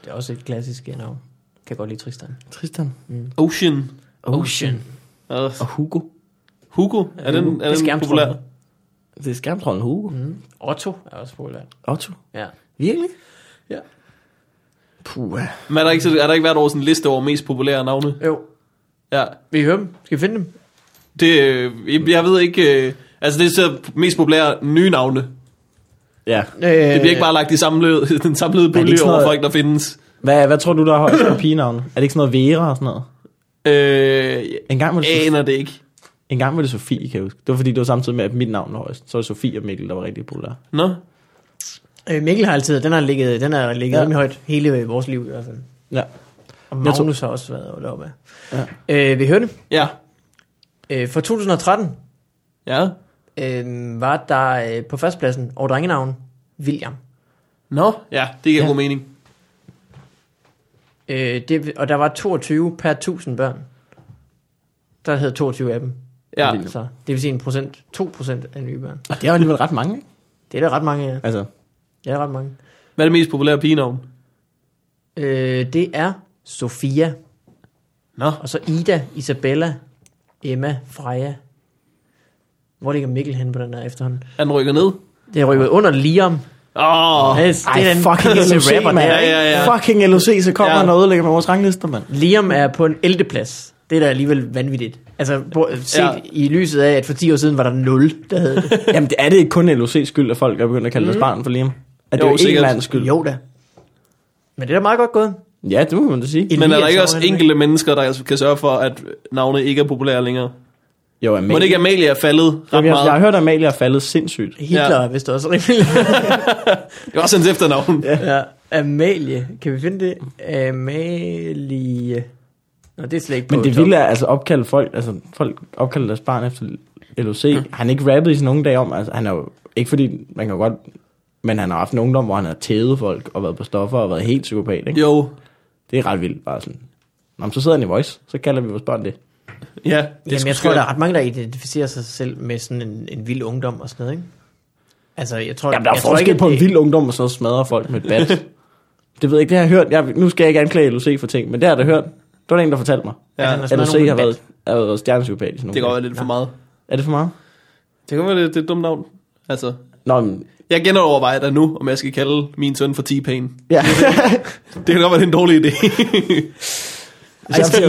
det er også et klassisk navn. Kan godt lide Tristan. Tristan. Mm. Ocean. Ocean. Og Og Hugo. Hugo, er den, Det er er den skærmtrollen. populær? Det er skærmtrollen Hugo. Mm. Otto er også populær. Otto. Ja. Virkelig? Ja. Puh. Men er der ikke, er der ikke hvert år sådan en liste over mest populære navne? Jo. Ja. Vil I høre dem? Skal vi finde dem? Det, øh, jeg ved ikke... øh, Altså, det er så mest populære nye navne. Ja. Øh, Det bliver ikke bare lagt i samlede, den samlede det pulje ikke sådan over noget- folk, der findes. Hvad, hvad tror du, der er højst på pigenavne? Er det ikke sådan noget Vera og sådan noget? Øh, En gang var det, Sofie, aner det ikke. en gang var det Sofie, kan jeg huske. Det var fordi, det var samtidig med, at mit navn var højst. Så var det Sofie og Mikkel, der var rigtig populære. Nå? øh, Mikkel har altid, den har ligget, den har ligget Ja. rimelig højt hele vores liv i hvert fald. Ja. Og Jeg tror- Magnus har også været deroppe. Ja. Øh, vi hørte det. Ja. Øh, for to tusind og tretten Ja. øh, var der øh, på førstepladsen over drengenavn William. Nå? Ja, det giver Ja. god mening. Øh, det, og der var toogtyve per tusind børn. Der havde toogtyve af dem. Ja. Så det vil sige en procent, to procent af nye børn. Og det er jo alligevel ret mange, ikke? Det er der ret mange af. Altså, Det er der ret mange. Hvad er det mest populære pigenavn? Øh, det er Sofia. Nå? Og så Ida, Isabella, Emma, Freja. Hvor ligger Mikkel hen på den der efterhånden? Er den rykket ned? Det er rykket under Liam. Åh! Oh, Det er, ej, det er den fucking eneste L O C, rapper mand. der, Ja, ikke? ja, ja. Fucking L O C, så kommer Ja. han og ødelægger med vores ranglister, mand. Liam er på en ellevte plads. Det er da alligevel vanvittigt. Altså, på, set Ja. i lyset af, at for ti år siden var der nul, der havde det. Jamen, det er det ikke kun L O C's skyld, at folk er begyndt at kalde deres barn for Liam? Er det Jo, jo, jo en sikkert. mands skyld? Jo da. Men det er da meget godt gået. Ja, det må man da sige. Elias Men er der ikke var også han, ikke? enkelte mennesker, der kan sørge for, at navnet ikke er populære længere? Jo, Amalie. Må det ikke Amalie er faldet ret Jamen, jeg, meget? jeg har hørt, at Amalie er faldet sindssygt. Hitler Ja. er vist også rimelig. Det er også hans efternavn. Ja. Ja, Amalie. Kan vi finde det? Amalie. Nå, det er slet ikke på Men det top. vilde er altså opkalde folk, altså folk opkalder deres barn efter L O C. Mm. Han er ikke rappet i sine unge dage om, altså han er jo, ikke fordi, man kan jo godt, men han har haft en ungdom, hvor han har tævet folk og været på stoffer og været helt psykopat, ikke? Jo. Det er ret vildt, bare sådan. Nå, men så sidder han i Voice, så kalder vi vores børn det. Ja, det er Jamen, sgu jeg tror, skørt. der er ret mange, der identificerer sig selv med sådan en, en vild ungdom og sådan noget, ikke? Altså, jeg tror... Jamen, der er jeg tror forskel ikke, på en det- vild ungdom og så smadrer folk med et bat. Det ved jeg ikke, det har jeg hørt. Jeg, nu skal jeg ikke anklage L O C for ting, men det har jeg da hørt. Det var der en, der fortalte mig. Ja, han har Ja, L O smadret C nogen har med været, har været stjernepsykopat i sådan det kan nogle godt være lidt for meget. Er det for meget? Det kan være, det, det er et dumt navn. Altså, Nå, men, jeg genovervejer da nu, om jeg skal kalde min søn for T-Pain. ja. Det kan godt være, det er en dårlig idé. Så,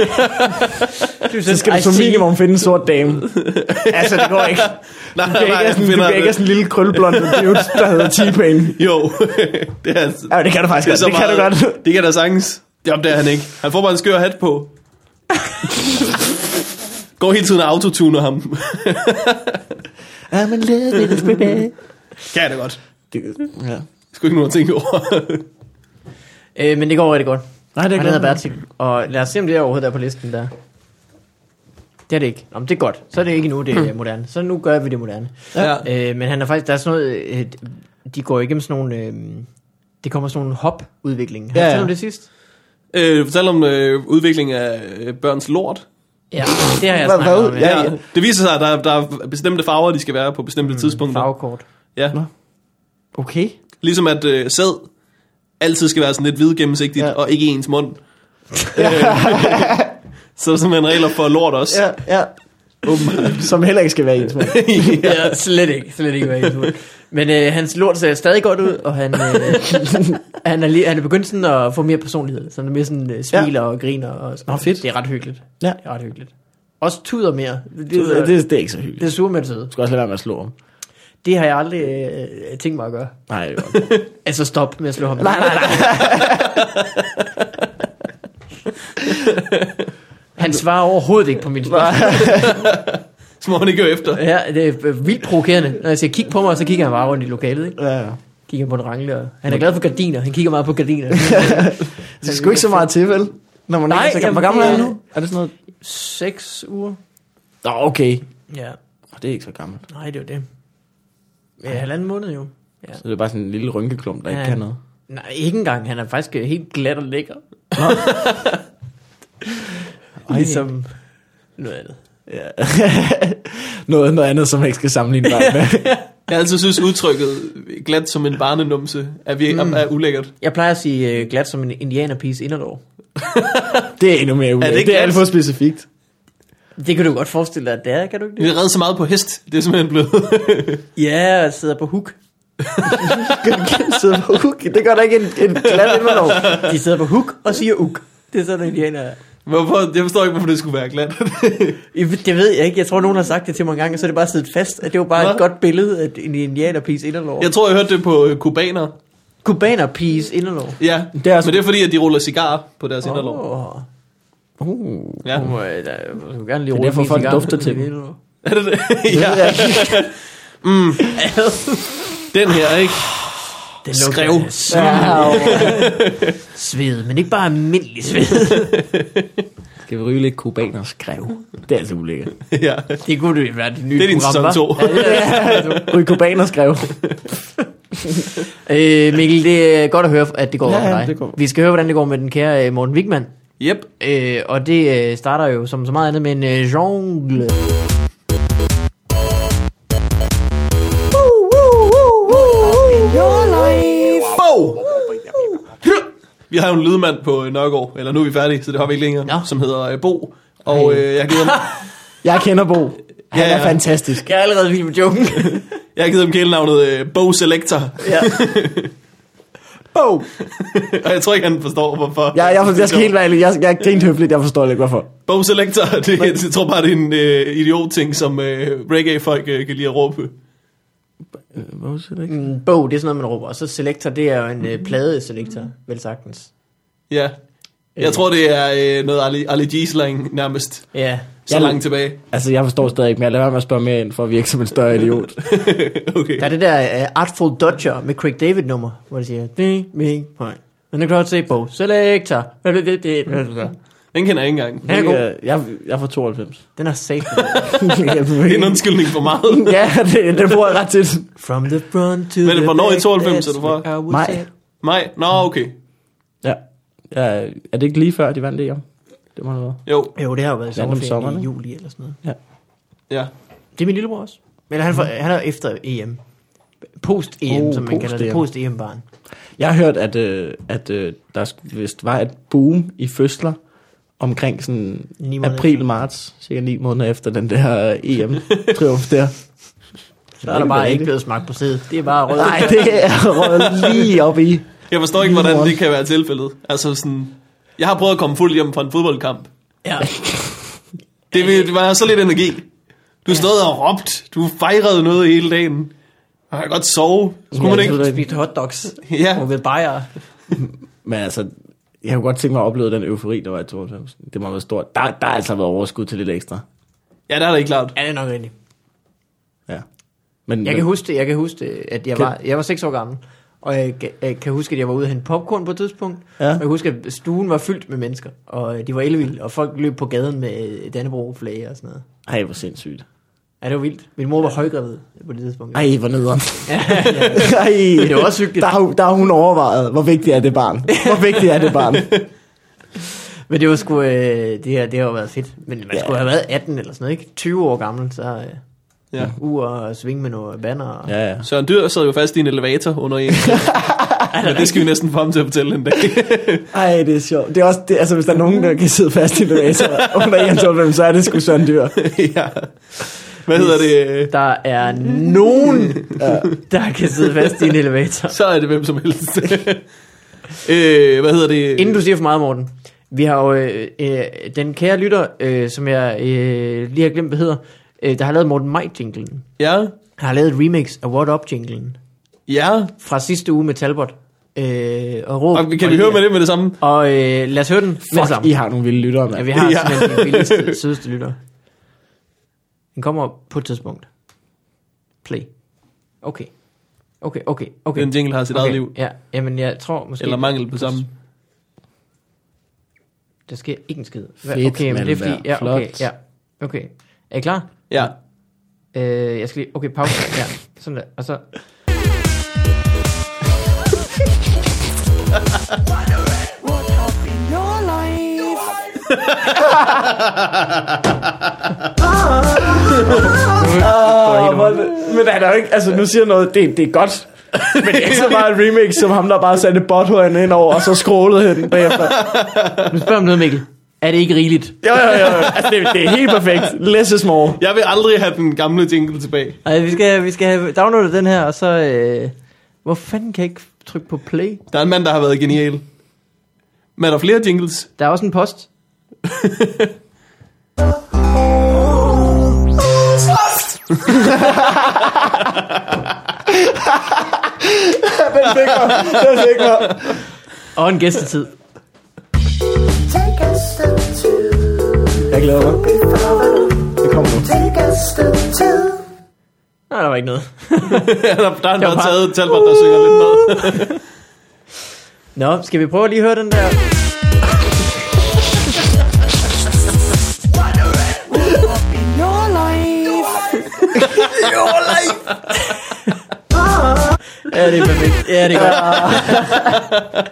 Du så skal du som minimum finde en sort dame. Altså, det går ikke. nej, Du nej, kan ikke nej, have jeg sådan, du finder... kan ikke have sådan en lille krølleblond dude, der hedder T-Pain. Jo, det er altså... Ja, det kan du faktisk godt. så Det kan du meget- godt. Det kan da sagtens. Jamen, det er han ikke. Han får bare en skør hat på. Går hele tiden og autotuner ham. I'm in love with this baby. Kan det godt. Det, ja. Sgu ikke nogen at tænke over. Øh, men det går rigtig godt. Nej, det er Han hedder godt. Bertil. Og lad os se, om det er overhovedet der på listen der. Det er det ikke. Nå, men det er godt. Så er det ikke nu, det er moderne. Så nu gør vi det moderne. Ja. Øh, men han er faktisk, der er sådan noget, øh, de går igennem sådan nogle, øh, det kommer sådan nogle hop-udvikling. Har Ja, du ja. ja. om det sidst? Øh, fortæl om øh, udvikling af øh, børns lort. Ja, det har jeg Hvad- snakket hvad? om. Ja, Ja, det viser sig, at der, der er bestemte farver, de skal være på bestemte mm, tidspunkter. Farvekort. Ja. Nå. Okay. Ligesom at øh, sæd altid skal være sådan lidt hvidgennemsigtigt, Ja. ja. og ikke i ens mund. øh, så er der simpelthen regler for lort også. Ja, ja. Som heller ikke skal være ens mand. Ja, slet ikke. Slet ikke, hvad jeg tror. Men øh, hans lort ser stadig godt ud, og han, øh, han, er, lige, han er begyndt sådan at få mere personlighed. Så han er mere sådan øh, smiler ja. og griner. Og sådan. Nå, fedt. Det er ret hyggeligt. Ja. Det er ret hyggeligt. Også tuder mere. Det, Det, det, det, det er ikke så hyggeligt. det er sur med det. Du skal også lade være med at slå ham. Det har jeg aldrig øh, tænkt mig at gøre. Nej, det er godt. Altså stop med at slå ham. Nej, nej, nej. Han svarer overhovedet ikke på min spørgsmål. Så må man ikke gå efter. Ja, det er øh, vildt provokerende. Når jeg siger kig på mig, så kigger han bare rundt i lokalet. Ikke? Ja, ja. Kigger på en rangle. Og han er glad for gardiner. Han kigger meget på gardiner. Det er sgu ikke så meget til, vel? Når man Nej, ikke er så gammel. Hvor jamen, gammel er han det er- nu? Er det sådan noget? Seks uger. Nå, okay. Ja. Det er ikke så gammelt. Nej, det er jo det. Ja, halvanden måned jo. Ja. Så det er bare sådan en lille rynkeklump, der ikke Ja. kan noget. Nej, ikke engang. Han er faktisk helt glat og lækker. Ligesom noget andet. Ja. noget, noget andet, som jeg ikke skal sammenligne børn med. Jeg har altid synes udtrykket glat som en barnenumse er, vir- mm. er ulækkert. Jeg plejer at sige uh, glat som en indianerpige inderlår. Det er endnu mere ulækkert. Er det ikke det er alt glat? for specifikt. Det kan du godt forestille dig, at det er, kan du ikke Vi det? har reddet så meget på hest. Det er simpelthen blevet... Ja, jeg sidder på hook. Sidder på hook. Det gør der ikke en, en glat inderlov. De sidder på hook og siger uk. Det er sådan, en indianer er. Hvorfor? Jeg forstår ikke, hvorfor det skulle være glat. Det ved jeg ikke. Jeg tror, nogen har sagt det til mig en gang, og så er det bare siddet fast. At det var bare Hva? et godt billede af en indianerpiges inderlår. Jeg tror, jeg hørte det på kubaner. Kubanerpiges inderlår. Ja, Det er altså- men det er fordi, at de ruller cigar på deres inderlov. Åh. Uh. Ja. Hun må, da, hun må gerne lige Det er rulle derfor, min folk cigar dufter på til min dem. inderlår. Er det det? Ja. Mm. Den her, ikke? Den Skrev. lugter af sved. Sved, men ikke bare almindelig sved. Skal vi ryge lidt kubaner skrev? Det er altså ulækkert. Ja. Det kunne det være det nye Det er din program, sæson hva'? to. Ja, det er det. Ryge kubaner skrev. øh, Mikkel, det er godt at høre, at det går Ja, over for ja, dig. det går. Vi skal høre, hvordan det går med den kære øh, Morten Wigman. Yep. Øh, og det øh, starter jo som så meget andet med en øh, jongle. Bo! Vi har jo en lydmand på Nørregård, eller nu er vi færdige, så det har vi ikke længere, Ja. som hedder øh, Bo. Og øh, jeg har givet ham, Jeg kender Bo. Han Ja, er ja. fantastisk. Jeg er allerede vild med joken. jeg har givet ham kælenavnet øh, Bo Selector. Ja. Bo! Og jeg tror ikke, han forstår, hvorfor. Jeg, jeg, jeg skal helt være ærlig. Jeg, jeg er grint høfligt. Jeg forstår ikke, hvorfor. Bo Selector, det, jeg tror bare, det er en øh, idiot-ting, som øh, reggae-folk øh, kan lide at råbe. Bo Selector? Mm, Bog, det er sådan noget, man råber. Og så selektor, det er jo en øh, pladeselektor, vel sagtens. Ja. Jeg tror, det er øh, noget Ali, Ali G-slang nærmest. Ja. Så Jeg- langt tilbage. Altså, jeg forstår stadig ikke, men jeg lader være med at spørge mere ind, for at virke som en større idiot. Okay. Der er det der uh, Artful Dodger med Craig David nummer, hvor det siger, ding, ding, point. Men det kan godt se på. Selektor. Den kender jeg ikke engang. Den er god. Jeg, jeg, jeg får tooghalvfems. Den er safe. Det er en undskyldning for meget. Ja, det, det bruger jeg ret tit. From the front to Men the hvornår i back, tooghalvfems that's er du fra? where I would Maj. say. Maj? Nå, okay. Ja. ja. Er det ikke lige før, de vandt det, jo? Det må det være. Jo, Jo, det har jo været i Ja, om sommerferien sommeren, i ikke? juli eller sådan noget. ja. Det er min lillebror også. Men han, for, han er efter E M. Post-E M, Oh, som man kalder det. post-E M. Post-E M-barn. Jeg har hørt, at, øh, at øh, der sk- vist var et boom i fødsler omkring sådan Ni måneder april-marts, cirka ni måneder efter den der øh, E M-triumf der. Så er der bare ikke blevet smagt på sædet. Det er bare rød. Nej, det er røget lige op i. Jeg forstår ikke, hvordan det kan være tilfældet. Altså sådan... Jeg har prøvet at komme fuldt hjem fra en fodboldkamp. Ja. Det, vil- det var så lidt energi. Du stod og råbt. Du fejrede noget hele dagen. Og jeg kan godt sove. Skulle man Ja, ikke? det- Spiste hotdogs. Ja. Og ved bajer. Men altså, jeg kunne godt tænke mig at opleve den eufori, der var i tooghalvfems. Det må have været stort. Der, der har altså været overskud til lidt ekstra. Ja, det er da ikke klart. Ja, det er nok rigtigt. Ja. Men, Jeg kan huske det, jeg kan huske det, at jeg Kan- var, jeg var seks år gammel. Og jeg, kan- jeg kan huske, at jeg var ude og hente popcorn på et tidspunkt. Ja. Og jeg kan huske, at stuen var fyldt med mennesker. Og øh, de var elvilde, og folk løb på gaden med Dannebrog-flag og sådan noget. Ej, hvor sindssygt. Ja, det var vildt. Min mor var højgravid på det tidspunkt. Ej, hvor nederen. Ja, ja. Ej, Det var også hyggeligt. Der, har- der har hun overvejet, hvor vigtigt er det barn. Hvor vigtigt er det barn. Men det var sgu, øh, det, har, det har jo været fedt. Men man Ja. skulle have været atten eller sådan noget, ikke? tyve år gammel, så øh, Ja. uger og svinge med nogle banner. Og... Ja, ja. Søren Dyr sad jo fast i en elevator under en. Men det skal vi næsten få ham til at fortælle en dag. Ej, det er sjovt. Det er også, det, altså, hvis der er nogen, der kan sidde fast i elevator under enoghalvfems, så er det sgu Søren Dyr. Ja. Hvad hedder det? Der er nogen, der kan sidde fast i en elevator. Så er det hvem som helst. øh, hvad hedder det? Inden du siger for meget, Morten. Vi har jo øh, øh, den kære lytter, øh, som jeg øh, lige har glemt, hvad hedder, øh, der har lavet Morten Maj-jinglen. Ja. Har lavet et remix af What Up-jinglen Ja. fra sidste uge med Talbot. Øh, og Råb. Og kan vi høre med det med det samme? Og øh, lad os høre den med det Fuck, samme. I har nogle vilde lyttere, mand. Ja, vi har Ja. simpelthen de vildeste, sødeste lytter. Den kommer på et tidspunkt. Play. Okay. Okay, okay, okay. Den jingle har sit okay. eget liv. Ja, jamen jeg tror måske... Eller mangel på samme. Der sker ikke en skid. Hva- Fedt, okay, men det er fordi... Malmberg. Ja, okay, Flot. ja. Okay. Er I klar? Ja. Øh, jeg skal lige... Okay, pause. Ja, sådan der. Og så... What up in your life? Ah, hvor er det- men han er jo ikke, altså nu siger jeg noget, det, det er godt. Men det er ikke så meget et remix, som ham, der bare satte botthøjen ind over, og så scrollede hen bagefter. Nu spørger om noget, Mikkel. Er det ikke rigeligt? Jo, jo, jo. Altså, det, det er helt perfekt. Less is more. Jeg vil aldrig have den gamle jingle tilbage. Ej, vi skal, vi skal have downloadet den her, og så... Øh, hvor fanden kan jeg ikke trykke på play? Der er en mand, der har været genial. Men er der flere jingles? Der er også en post. Den fik mig. Den fik mig. Og en gæstetid. Take a step two. Jeg glæder mig. Det kommer nu. Take a step two. Nej, der var ikke noget. der, der er var bare bare- taget Talbot, der synger lidt med. Nå, skal vi prøve at lige høre den der? In your life. Ja, det er perfekt. Ja, det er godt.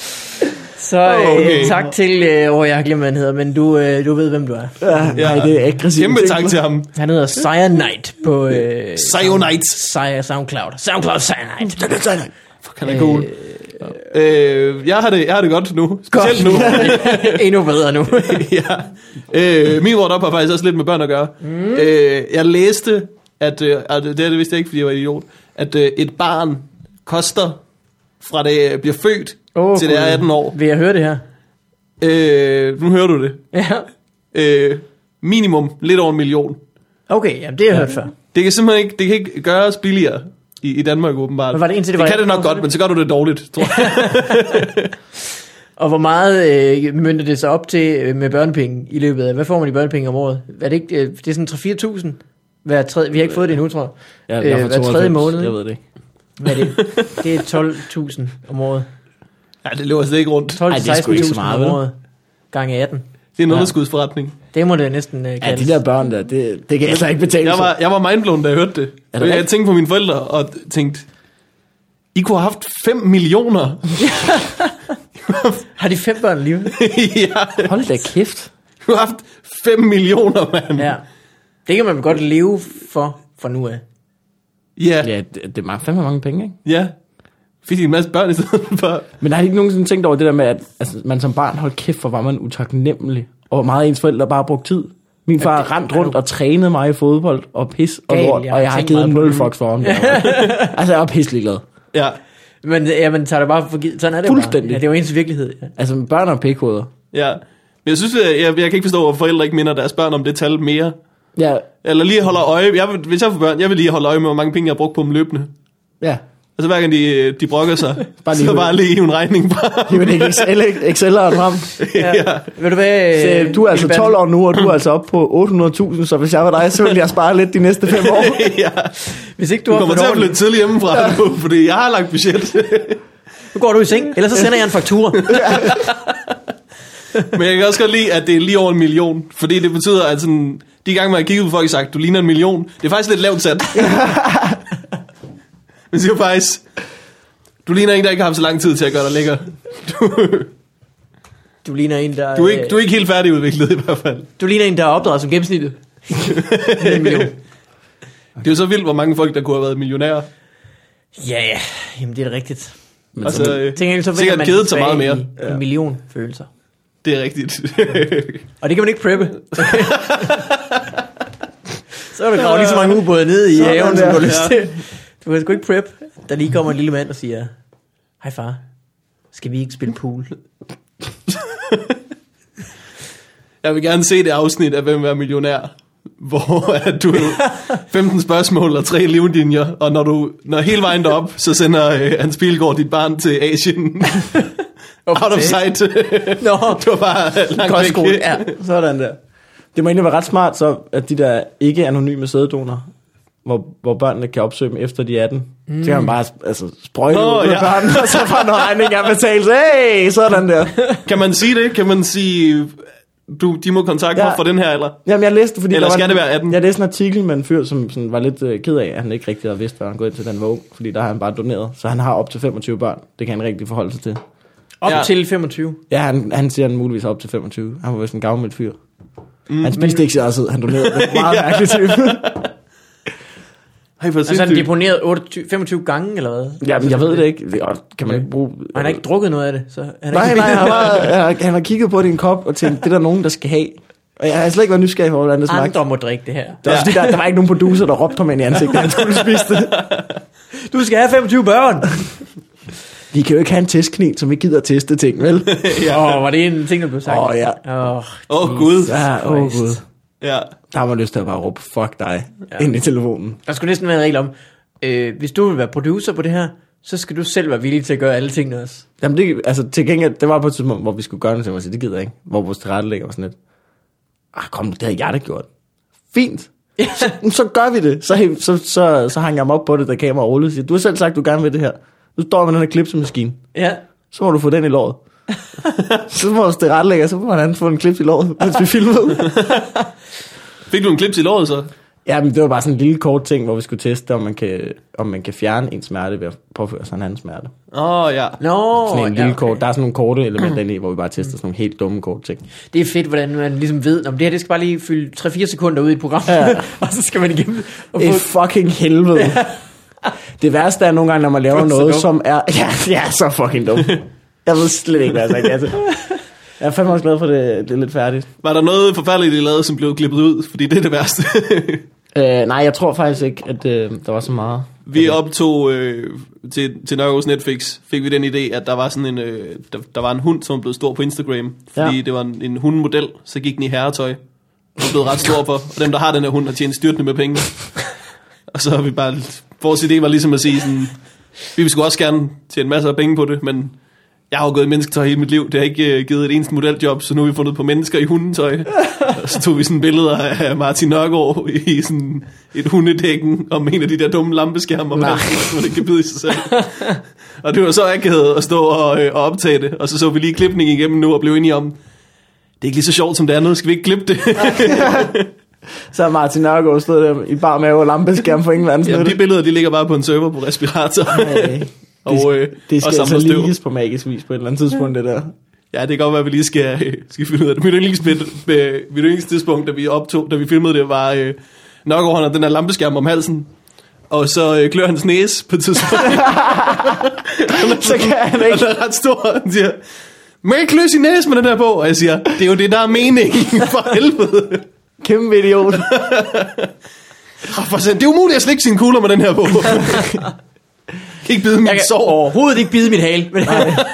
Så øh, Okay. tak til, øh, åh, jeg har glemt, hvad han hedder, men du, øh, du ved, hvem du er. Ja, nej, det er aggressivt. Kæmpe tak til ham. Han hedder Cyanide på øh, Cyanide. Sound- Soundcloud. Soundcloud Cyanide. Fuck, han er cool. Øh, jeg, har det, jeg har det godt nu. Specielt nu. Endnu bedre nu. ja. øh, min word up har faktisk også lidt med børn at gøre. Mm. Øh, jeg læste, at, øh, at det er det vidste jeg ikke, fordi jeg var idiot, at øh, et barn koster fra det bliver født Oh, til det er atten år. Vil jeg høre det her? Øh, nu hører du det. Ja. Øh, minimum lidt over en million. Okay, jamen det har jeg hørt før. Det kan simpelthen ikke, det kan ikke gøres billigere i, i Danmark åbenbart. Men var det indtil det det var kan det nok atten år, godt, men så gør du det dårligt, tror jeg. Og hvor meget øh, mønter det sig op til øh, med børnepenge i løbet af? Hvad får man i børnepenge om året? Er det ikke, øh, det er sådan tre til fire tusind hver tredje, vi har ikke fået det endnu, tror jeg. Ja, jeg øh, hver tredje måned. Jeg ved det ikke. Hvad er det? Det er tolv tusind om året. Ja, det løber slet ikke rundt. tolv Ej, til det er sgu seksten ikke så tusind meget, om vel? året. Gange atten. Det er en underskudsforretning. Det må det næsten øh, Ja, kaldes. de der børn der, det, det kan altså ikke betale Jeg sig. var, jeg var mindblown, da jeg hørte det. Er det Jeg rigtigt? tænkte på mine forældre og tænkte, I kunne have haft fem millioner. Har de fem børn alligevel? ja, Hold da kæft. I kunne have haft fem millioner, mand. Ja. Det kan man vel godt leve for, for nu af. Ja, Ja, det, det er mange, fandme mange penge, ikke? ja. Fik de en masse børn i stedet for. Men har I ikke nogensinde tænkt over det der med, at altså, man som barn, hold kæft, hvor var man utaknemmelig, og hvor meget ens forældre bare brugte tid. Min far det- rendte rundt og trænede mig i fodbold og pis og Gal, lort, jeg og jeg har har tænkt givet meget på nul det. fucks for ham. Altså, jeg var pisselig glad. Ja, Men ja, man tager det bare for givet. Sådan er det jo bare. Fuldstændig. Ja, det er jo ens virkelighed. Ja. Altså, børn og pikhoveder. ja. Men jeg synes, jeg, jeg, jeg kan ikke forstå, hvorfor forældre ikke minder deres børn om det tal mere. Ja, Eller lige holder øje. Jeg, vil- hvis jeg får børn, jeg vil lige holde øje med, hvor mange penge jeg har brugt på dem løbende. ja. Og så hver gang de, de brokker sig, Bare bare lige så ud. bare lige hive en regning fra. Det er ikke Excel, Excel'eren frem. Ja. ja. Ved du hvad? Så, øh, du er altså Lille tolv år nu, og du er altså oppe på otte hundrede tusind, så hvis jeg var dig, så ville jeg spare lidt de næste fem år. ja. Bertel, Hvis ikke du, Du har kommer fået til at flytte ordentligt, tidligt hjemmefra nu, fordi jeg har lagt budget. nu går du i seng, ellers så sender jeg en faktura. Men jeg kan også godt lide, at det er lige over en million. Fordi det betyder, at sådan, de gange, man har kigget på folk og sagt, du ligner en million. Det er faktisk lidt lavt sat. Men siger faktisk, du ligner en, der ikke har haft så lang tid til at gøre dig lækker. Du, Du ligner en, der... du, er, ikke, du er ikke helt færdigudviklet i hvert fald. du ligner en, der er opdraget som gennemsnittet. En million. Det er jo så vildt, hvor mange folk, der kunne have været millionærer. Ja, ja. Jamen, det er da rigtigt. Og så, øh, Tænk, så vender sikkert man kedet sig tilbage meget mere. i en million følelser. Det er rigtigt. Og det kan man ikke preppe. Så er der gravet lige så mange ubåde ned i Sådan haven, som der. du har lyst Ja. til. Du kan sgu ikke prep. Der lige kommer en lille mand og siger, hej far, skal vi ikke spille pool? Jeg vil gerne se det afsnit af Hvem er millionær, hvor at du femten spørgsmål og tre livlinjer, og når du når hele vejen derop, så sender øh, Hans Pilgaard dit barn til Asien. Out of sight. Nå, Du var bare langt kostskole. væk. Ja, sådan der. Det må egentlig være ret smart, så at de der ikke-anonyme sæddonorer, hvor, hvor børnene kan opsøge dem efter de er atten, mm. så kan man bare altså, sprøjte Nå, ud med ja. børnene, og så får noget regning af betalt. Hey, sådan der. Kan man sige det? Kan man sige, du, de må kontakte Ja. mig fra den her alder? Jamen, jeg læste, fordi Eller der var skal en, det være atten? Jeg læste en artikel med en fyr, som sådan var lidt øh, ked af, at han ikke rigtig havde vidst, hvad han gået ind til den Vogue, fordi der har han bare doneret. Så han har op til femogtyve børn. Det kan han rigtig forholde sig til. Op Ja. til femogtyve. Ja, han, han siger, han muligvis har op til femogtyve. Han var vist en gavmild fyr. Mm. Han spiste ikke så også, han donerede det. Meget mærkeligt type. Hey, for Altså han sindssygt. deponeret otteogtyve, femogtyve gange, eller hvad? Jamen, jeg ved det ikke. Det er, kan man ikke bruge... Og han har ikke drukket noget af det, så... Han Nej, ikke nej, han har, han har kigget på det i en kop og tænkt, det er der nogen, der skal have. Og jeg har slet ikke været nysgerrig på, hvordan det smagte. Andre må drikke det her. Der, ja. der, der var ikke nogen producer, der råbte ham ind i ansigtet, han skulle spise det. Du skal have femogtyve børn! De kan jo ikke have en testkniv, som ikke gider at teste ting, vel? Åh, ja. oh, var det en ting, der blev sagt? Åh, ja. Åh, Åh, oh, Gud. Ja, åh oh, gud. Ja. Der har man lyst til at bare råbe, fuck dig, Ja. ind i telefonen. Der skulle næsten være en regel om, øh, hvis du vil være producer på det her, så skal du selv være villig til at gøre alle tingene også. Jamen, det, altså, til gengæld, det var på et tidspunkt, hvor vi skulle gøre det, så jeg sige, det gider jeg ikke. Hvor vores tilrettelægger var sådan lidt, ah, kom, det havde jeg da gjort. Fint. Så, så gør vi det. Så, så, så, så hang jeg mig op på det, da kameraet rullede. Siger, du har selv sagt, du gerne vil det her. Nu står jeg med den her klipsemaskine. Ja. Så må du få den i låret. Så må du tilrettelægger, så må han få en klips i låret, mens vi filmede. Fik du en klips i låret så? Ja, men det var bare sådan en lille kort ting, hvor vi skulle teste, om man kan, om man kan fjerne en smerte ved at påføre sig en anden smerte. Åh, oh, ja. Nå, Sådan en ja, lille okay. kort. Der er sådan nogle korte elementer inde i, hvor vi bare tester sådan nogle helt dumme kort ting. Det er fedt, hvordan man ligesom ved, om det her det skal bare lige fylde tre fire sekunder ud i et program, Ja. og så skal man igennem og Det er få... fucking helvede. Ja. Det værste er nogle gange, når man laver Du er så noget, dum. som er... Ja, jeg er så fucking dum. Jeg ved slet ikke, hvad jeg har sagt. Altså, jeg er fandme også glad for, det, det er lidt færdigt. Var der noget forfærdeligt, I lavede, som blev klippet ud? Fordi det er det værste. Uh, nej, jeg tror faktisk ikke, at uh, der var så meget. Vi optog øh, til, til Nørgaards Netflix, fik vi den idé, at der var sådan en, øh, der, der var en hund, som blev stor på Instagram. Fordi Ja. det var en, en hundmodel, så gik den i herretøj. Og blev ret stor for. Og dem, der har den her hund, har tjent styrtende med penge. Og så har vi bare... Vores idé var ligesom at sige sådan... Vi vil sgu også gerne tjene masser af penge på det, men... Jeg har jo gået i mennesketøj hele mit liv. Det har ikke uh, givet et eneste modeljob, så nu har vi fundet på mennesker i hundetøj. Og så tog vi sådan billeder af Martin Nørgaard i sådan et hundedækken om en af de der dumme lampeskærmer, hvor det ikke kan bide i sig selv. Og det var så akavet at stå og, øh, og optage det. Og så så vi lige klipning igennem nu og blev enige om, det er ikke lige så sjovt som det er nu, skal vi ikke klippe det? Så har Martin Nørgaard stået der i bar mave og lampeskærm for ingen verdens Jamen, nytte. de billeder, de ligger bare på en server på respirator. Nej. og, øh, Det skal og altså samler støv. liges på magisk vis på et eller andet tidspunkt, det der. Ja, det kan godt være, at vi lige skal, øh, skal finde ud af det. Mit yndlingsbid- øh, mit yndlingstidspunkt, da vi optog, da vi filmede det, var øh, Nørgaard, han har den der lampeskærm om halsen, og så øh, klør hans næse på et tidspunkt. Så kan han ikke. Han er ret stor, og han siger, må jeg ikke klø sin næse med den her på? Og jeg siger, det er jo det, der er meningen, for helvede. Kæmpe idiot. Oh, for sent. Det er umuligt at slikke sine kugler med den her på. Kan ikke bide min Jeg kan sår. overhovedet ikke bide mit hale. Men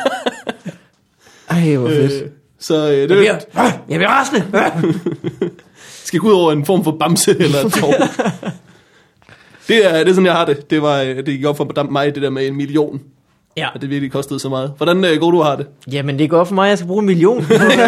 Ej, hvor fedt. Øh, så øh, det jeg, bliver, jeg bliver rasende. skal gå ud over en form for bamse eller et tår. Det er, det er sådan, jeg har det. Det, var, det gik op for mig, det der med en million. Ja. At det virkelig kostede så meget. Hvordan øh, går du har det? Jamen, det går op for mig, at jeg skal bruge en million.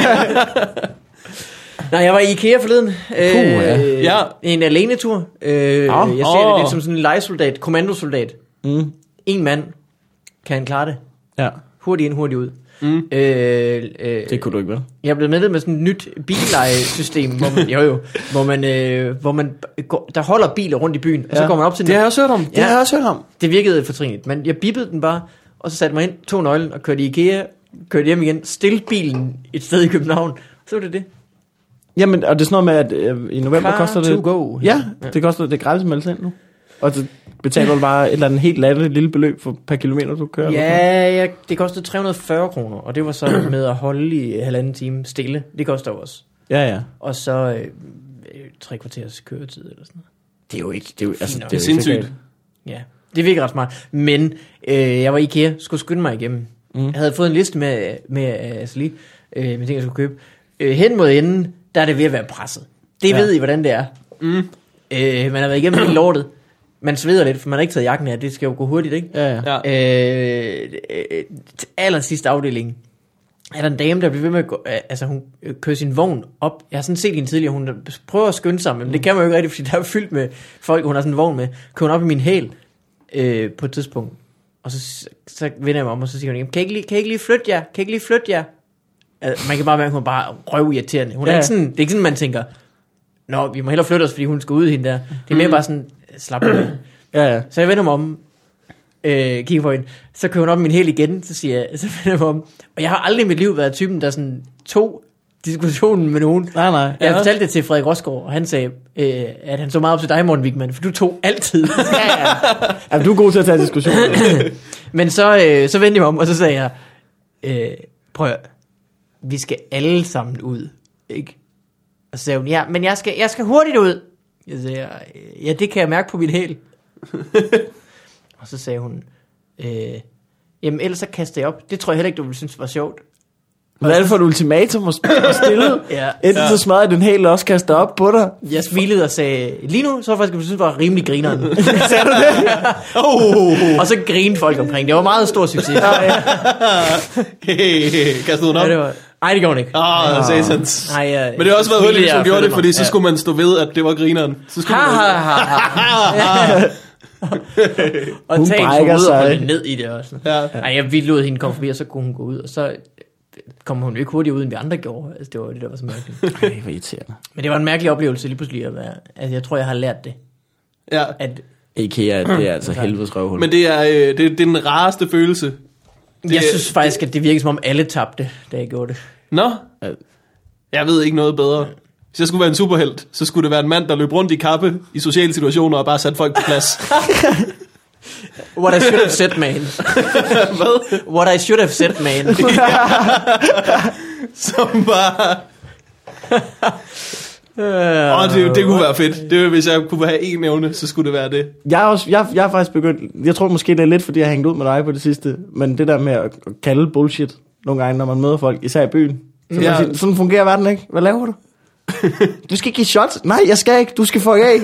Nej, jeg var i IKEA forleden. Øh, ja. Ja. En alenetur. Øh, Nå. jeg ser Åh. det lidt som sådan en lejesoldat, kommandosoldat. Mm. En mand kan han klare det. Ja, Hurtigt ind, hurtigt ud. Mm. Øh, øh, det kunne du ikke, vel? Jeg er blevet medlem med sådan et nyt billejesystem, hvor man, jo, jo, hvor man, øh, hvor man går, der holder biler rundt i byen, og så Ja. går man op til den. Det har jeg også hørt om. Det har jeg også hørt om. Det virkede fortrinligt, men jeg bippede den bare, og så satte mig ind, tog nøglen og kørte i IKEA, kørte hjem igen, stillede bilen et sted i København. Så var det det. Jamen, og det er sådan noget med, at øh, i november Car koster det... to go. Ja, det koster det er gratis at melde sig ind nu. Og så betaler du bare et eller andet helt latterligt lille beløb for per kilometer, du kører. eller sådan Ja, ja, det kostede tre hundrede og fyrre kroner, og det var så med at holde i halvanden time stille. Det koster jo også. noget. Ja, ja. Og så øh, øh, tre kvarters køretid eller sådan noget. Det er jo ikke... Det er, jo, altså, nok. Det er jo ikke så sindssygt. galt. Ja, det virker ret smart. Men øh, jeg var i IKEA, skulle skynde mig igennem. Mm. Jeg havde fået en liste med, med uh, altså lige, øh, med ting, jeg skulle købe. Øh, hen mod enden, der er det ved at være presset. Det Ja. ved I, hvordan det er. Mm. Øh, man har været igennem hele lortet. Man sveder lidt, for man har ikke taget jakken af. Det skal jo gå hurtigt, ikke? Ja, ja. Ja. Øh, øh, til aller sidste afdeling er der en dame, der bliver ved med at gå, øh, altså hun øh, kører sin vogn op. Jeg har sådan set hende tidligere, hun prøver at skynde sig, men det kan man jo ikke rigtigt, fordi der er fyldt med folk, hun har sådan en vogn med. Kører hun op i min hæl øh, på et tidspunkt, og så, så vender jeg mig om, og så siger hun, kan I ikke lige, kan I ikke lige flytte jer? Kan I ikke lige flytte jer? Altså, man kan bare mærke, at hun er bare røvirriterende. Hun er Ja. ikke sådan, det er ikke sådan, man tænker, nå, vi må hellere flytte os, fordi hun skal ud hende der. Det er mere bare sådan, slap af. Ja, ja. Så jeg vender mig om, øh, kigger på hende, så kører hun op i min hæl igen, så siger jeg, så vender jeg mig om. Og jeg har aldrig i mit liv været typen, der sådan tog diskussionen med nogen. Nej, nej. Jeg Ja. fortalte det til Frederik Rosgaard, og han sagde, øh, at han så meget op til dig, Morten Wigman, for du tog altid. ja, ja. Ja, du er god til at tage diskussioner. Men så, øh, så vendte jeg mig om, og så sagde jeg, øh, prøv at, vi skal alle sammen ud, ikke? Og så sagde hun, ja, men jeg skal, jeg skal hurtigt ud. Jeg sagde, ja, det kan jeg mærke på mit hæl. Og så sagde hun, øh, jamen ellers så kaster jeg op. Det tror jeg heller ikke, du ville synes var sjovt. Hvad er det for et ultimatum at sp- at stille? Ja. Enten så smadrer den hele også kaster op på dig. Jeg smilede og sagde, lige nu, så var faktisk, at du synes, det var rimelig grineren. Sagde du det? Oh. Og så grinede folk omkring. Det var meget stor succes. Ja, ja. Kastede hun op? Ja, det var... Ej, det gjorde hun ikke. Åh, oh, satans. Nej, ja, Men det har også været hurtigt, hvis hun gjorde det, fordi så ja. skulle man stå ved, at det var grineren. Så skulle Ha, man... ha, ha, ha. Og Hun tage en brækker ud og sig. holde ned i det også. Ja. Ej, jeg vi lod hende komme forbi, og så kunne hun gå ud, og så kom hun jo ikke hurtigt ud, end vi andre gjorde. Altså, det var det, der var så mærkeligt. Ej, hvor irriterende. Men det var en mærkelig oplevelse lige pludselig at være. Altså, jeg tror, jeg har lært det. Ja. At IKEA, det er altså helvedes røvhul. Men det er, øh, det, det er den rareste følelse. Det, jeg synes faktisk, at det virker som om alle tabte, da jeg gjorde det. Nå, jeg ved ikke noget bedre. Hvis jeg skulle være en superhelt, så skulle det være en mand, der løb rundt i kappe i sociale situationer og bare satte folk på plads. What I should have said, man. Hvad? What I should have said, man. Som bare... Åh, oh, det, det kunne være fedt. Det, hvis jeg kunne have en evne, så skulle det være det. Jeg er, også, jeg, jeg er faktisk begyndt, jeg tror måske det er lidt, fordi jeg har hængt ud med dig på det sidste, men det der med at, at kalde bullshit nogle gange, når man møder folk, især i byen. Så Ja. ja. siger, sådan fungerer verden ikke. Hvad laver du? Du skal ikke give shots. Nej, jeg skal ikke. Du skal fuck af.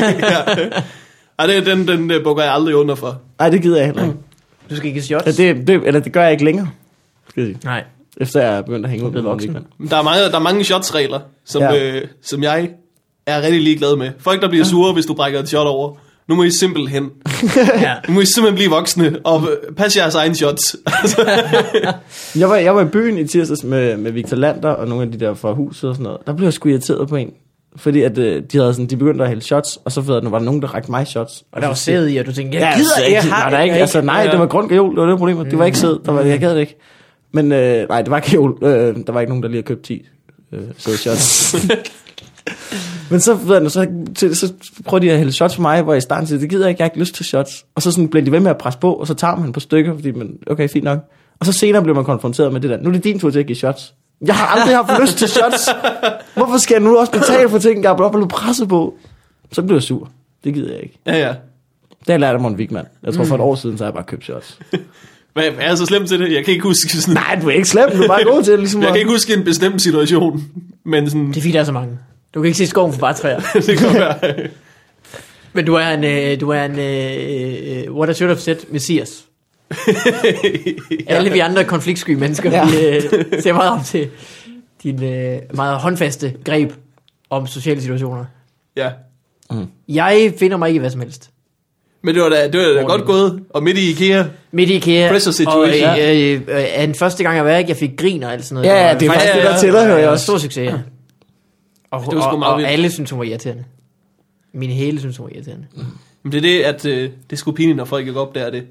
Ej, det, den, den, den bukker jeg aldrig under for. Nej, det gider jeg heller ikke. Du skal ikke shots. Ja, det, det, eller det gør jeg ikke længere. Skal jeg sige. Nej. Efter jeg er begyndt at hænge ud med blevet Morten voksen. Wigman. Der er mange, der er mange shotsregler, som, Ja. øh, som jeg er rigtig ligeglad med. Folk, der bliver sure, hvis du brækker et shot over. Nu må I simpelthen, Ja. nu må I simpelthen blive voksne og øh, passe jeres egen shots. Jeg var, jeg var i byen i tirsdags med, med Victor Lander og nogle af de der fra huset og sådan noget. Der blev jeg sgu irriteret på en. Fordi at, øh, de, havde sådan, de begyndte at hælde shots, og så ved jeg, nu var der nogen, der rakte mig shots. Og der var sæde i, og du tænkte, jeg Ja, gider altså, ikke, jeg ikke, har nej, der er ikke, jeg altså, nej, Ja. det var grundgajol, det var det problem. Det var ikke sæd, der var, jeg gad det ikke. Men øh, nej, det var gajol. Øh, der var ikke nogen, der lige havde købt ti øh, sæde shots. Men så, ved jeg, så, så, så prøvede de at hælde shots for mig, hvor jeg i starten siger, det gider jeg ikke, jeg har ikke lyst til shots. Og så sådan blev de ved med at presse på, og så tager man på stykker, fordi man, okay, fint nok. Og så senere blev man konfronteret med det der, nu er det din tur til at give shots. Jeg har aldrig haft lyst til shots. Hvorfor skal jeg nu også betale for ting, jeg er blevet presset på? Så blev jeg sur. Det gider jeg ikke. Ja, ja. Det har jeg lært af Morten Wigman. Jeg tror for et år siden, så har jeg bare købt shots. Hvad hvad er jeg så slemt til det? Jeg kan ikke huske sådan, Nej, du er ikke slem, du er bare god til det. Ligesom jeg at- kan ikke huske en bestemt situation, men sådan, Det er fordi, der er så mange. Du kan ikke se skoven for bare træer. det kan være. Men du er en, øh, du er en øh, øh, what I should have said, messias. Alle vi andre konfliktsky mennesker, Ja. ja. vi øh, ser meget op til din øh, meget håndfaste greb om sociale situationer. Ja. Jeg finder mig ikke i hvad som helst. Men det var da, det var da godt gået, og midt i IKEA. Midt i IKEA. Pressure situation. Og øh, øh, øh, øh, den første gang jeg var ikke, jeg fik grin og alt sådan noget. Ja, ja, var- det er faktisk ja, det, der ja. tæller, hører jeg det var også. stor succes, ja. Og, Det var sgu og, meget og vildt. alle synes hun var irriterende. Mine hele synes hun var irriterende. Men det er det, at øh, det er sgu pinligt, når folk ikke opdager det.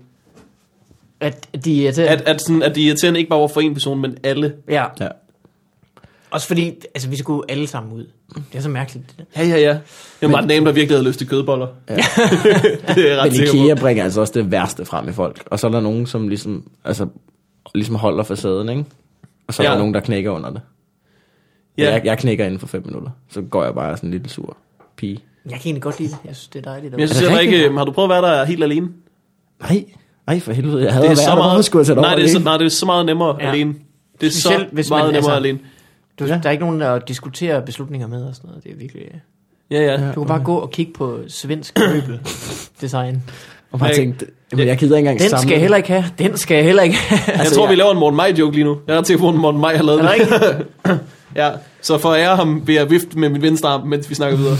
At de er irriterende. At, at, sådan, at de er irriterende ikke bare over for en person, men alle. Ja. Ja. Også fordi, altså vi skulle alle sammen ud. Det er så mærkeligt. Det der. Ja, ja, ja. Det var bare den name, der virkelig havde lyst til kødboller. Ja. det er jeg ret Men sikker IKEA på. bringer altså også det værste frem i folk. Og så er der nogen, som ligesom, altså, ligesom holder facaden, ikke? Og så er Ja. der nogen, der knækker under det. Ja. Ja. Jeg, jeg knækker inden for fem minutter. Så går jeg bare sådan en lille sur pige. Jeg kan egentlig godt lide det. Jeg synes, det er dejligt. Men jeg synes Er det heller ikke, rigtigt? øh, har du prøvet at være der helt alene? Nej, nej for helvede. Jeg havde Det er været så der. Hvorfor meget, skulle jeg tage det nej, over det er så, alene? nej, det er så meget nemmere Ja. alene. Det er Specielt, så hvis man- meget nemmere altså- alene. Du, Ja. Der er ikke nogen, der diskuterer beslutninger med og sådan noget. Det er virkelig... Ja, ja. Du kan bare gå og kigge på svensk møbeldesign. Og bare Jeg- tænkte, men jeg gider ikke engang Den samle. skal jeg heller ikke have. Den skal jeg heller ikke have. Jeg Altså, tror, jeg- vi laver en Morten Maj-joke lige nu. Jeg har tænkt på, at Morten Maj har lavet Er det det. Ja, så for at ære ham vil jeg vifte med min venstre arm, mens vi snakker videre.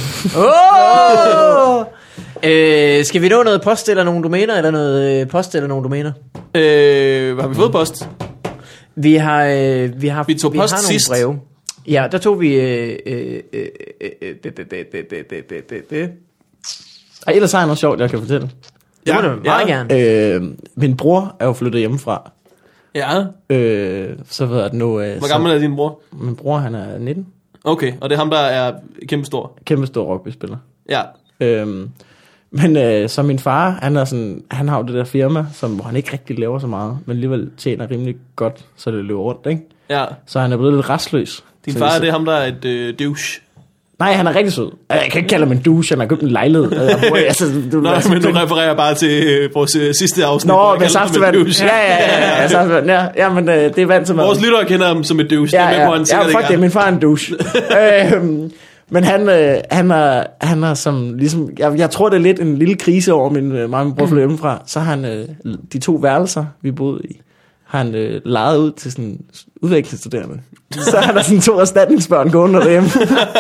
Oh! øh, skal vi nå noget post eller nogle domæner, eller noget øh, post eller nogle domæner? Øh, hvad har vi fået post? Vi har, øh, vi har, Vi tog vi post har nogle sidst. breve. Ja, der tog vi... Øh, øh, øh, øh, øh, b- b- b- b- b- b- b- b- b- Ej, ellers har jeg noget sjovt, jeg kan fortælle. Det må du meget gerne. Øh, min bror er jo flyttet hjemmefra. Ja. Øh, så ved jeg det nu... Øh, Hvor gammel er din bror? Min bror, han er nitten. Okay, og det er ham, der er kæmpe stor. Kæmpe stor rugbyspiller. Ja. Øhm, men øh, så min far, han, er sådan, han har jo det der firma, som, hvor han ikke rigtig laver så meget, men alligevel tjener rimelig godt, så det løber rundt, ikke? Ja. Så han er blevet lidt restløs. Din så far, så, det er ham, der er et øh, douche. Nej, han er rigtig sød. Jeg kan ikke kalde ham en douche, han har købt en lejlighed. Jeg bor, altså, du, Nå, altså, men du refererer bare til øh, vores øh, sidste afsnit. Nå, hvor jeg med kalder ham et saftevand. douche. Ja, ja, ja, ja, saftevand. Ja, ja, men øh, det er vant til mig. Vores lyttere kender ham som et douche. Ja, det er med ja, på, han ja, sikkert fuck ikke det, min far er en douche. øhm, men han, øh, han, er, han er som, ligesom, jeg, jeg tror det er lidt en lille krise over min, øh, mig og min bror flyttede hjemmefra. Så har han øh, de to værelser, vi boede i, har han øh, lejet ud til sådan udviklingsstuderende. Så han har sådan to erstatningsbørn gående derhjemme.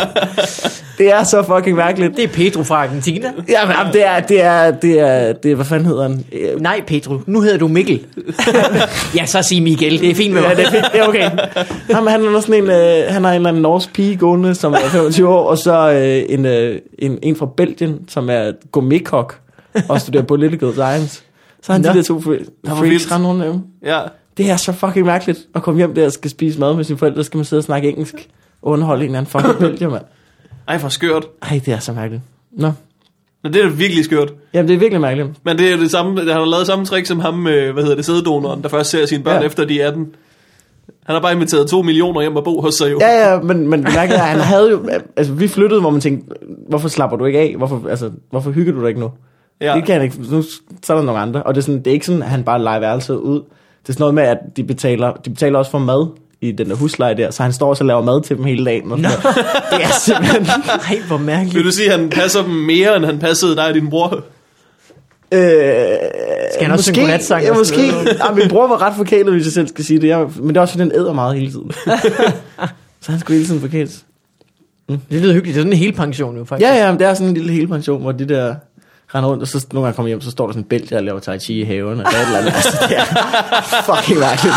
Det er så fucking mærkeligt. Det er Pedro fra Argentina. Ja, men, jamen, det er, det er, det er, det er, hvad fanden hedder han? Øh, Nej, Pedro. Nu hedder du Mikkel. Ja, så sig Miguel. Det er fint med mig. Ja, det er, fint. Det er okay. Jamen, han er sådan en, øh, han har en eller anden norsk pige gående, som er femogtyve år, og så øh, en, øh, en, en fra Belgien, som er gourmet-kok, og studerer political science. Så har han Nå. de der to fre- hvor freaks vildt. rende rundt af dem. Ja. Det er så fucking mærkeligt at komme hjem der og skal spise mad med sine forældre, så skal man sidde og snakke engelsk og underholde en eller anden fucking Belgier, mand. Ej, for skørt. Ej, det er så mærkeligt. Nå. Men det er virkelig skørt. Jamen, det er virkelig mærkeligt. Men det er det samme, han har lavet samme trick som ham, øh, hvad hedder det, sædedonoren, der først ser sine børn Ja. efter de er atten. Han har bare inviteret to millioner hjem og bo hos sig jo. Ja, ja, men, men det mærkelige er, at han havde jo... Altså, vi flyttede, hvor man tænkte, hvorfor slapper du ikke af? Hvorfor, altså, hvorfor hygger du dig ikke nu? Ja. Det kan han ikke. Nu, så er der nogle andre. Og det er, sådan, det er ikke sådan, at han bare leger værelset ud. Det er sådan noget med, at de betaler, de betaler også for mad i den der husleje der. Så han står også og laver mad til dem hele dagen. Og sådan noget. Det er simpelthen... Ej, hvor mærkeligt. Vil du sige, at han passer dem mere, end han passede dig og din bror? Øh, Skal han også synge godnatsang Ja, og måske. sådan noget? Ja, min bror var ret forkælet, hvis jeg selv skal sige det. Jeg, men det er også, fordi den æder meget hele tiden. Så han skulle hele tiden forkæles. Det lyder hyggeligt. Det er sådan en hel pension jo, faktisk. Ja, ja, men det er sådan en lille helpension, hvor de der render rundt, og så nogle gange kommer hjem, så står der sådan en Belgier og laver tai chi i haven, eller et eller andet. Altså, det er fucking mærkeligt.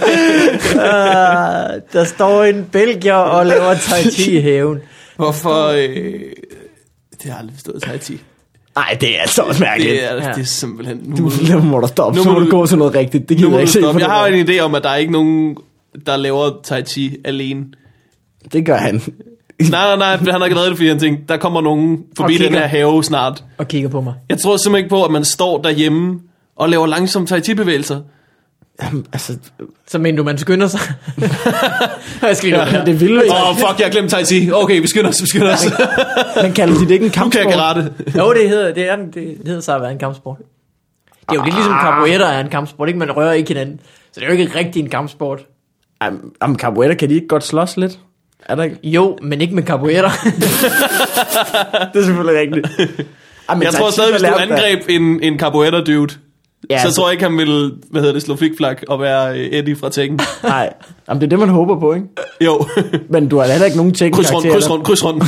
Uh, der står en belgier og laver tai chi i haven. Hvorfor? Øh, det har jeg aldrig forstået, tai chi. Nej, det er så mærkeligt. Det er, Ja. det er simpelthen... Nu Du, må du, nu må du stoppe, Nu så må må du du- gå til noget rigtigt. Det nu gider må jeg du ikke se stoppe. på Jeg har det. en idé om, at der er ikke nogen, der laver tai chi alene. Det gør han. Nej, nej, nej, han har ikke lavet det, fordi han tænkte, der kommer nogen forbi Og den kigger. her have snart. Og kigger på mig. Jeg tror simpelthen ikke på, at man står derhjemme og laver langsomme tai chi bevægelser. Jamen, altså, Så mener du, man skynder sig? Jeg skal lige ja, det ville jo ikke. Åh, oh, fuck, jeg har glemt tai chi. Okay, vi skynder os, vi skynder os. Men kalder de det ikke en Nu kan kampsport? jeg karate. Jo, det hedder, det, er, det hedder sig at være en kampsport. Det er jo lidt ligesom capoeira er en kampsport, ikke? Man rører ikke hinanden. Så det er jo ikke rigtig en kampsport. Jamen, Jamen, capoeira, kan de ikke godt slås lidt? Er der ikke? Jo, men ikke med capoeira. Det er selvfølgelig rigtigt. Jamen, Jeg tror stadig, hvis du angreb en, en capoeira-dude, Ja, så altså- tror jeg ikke, han ville, hvad hedder det, slå flikflak og være øh, Eddie fra Tekken. Nej, Jamen, det er det, man håber på, ikke? Jo. Men du har heller ikke nogen ting. Kryds rundt, kryds rundt, kryds rundt.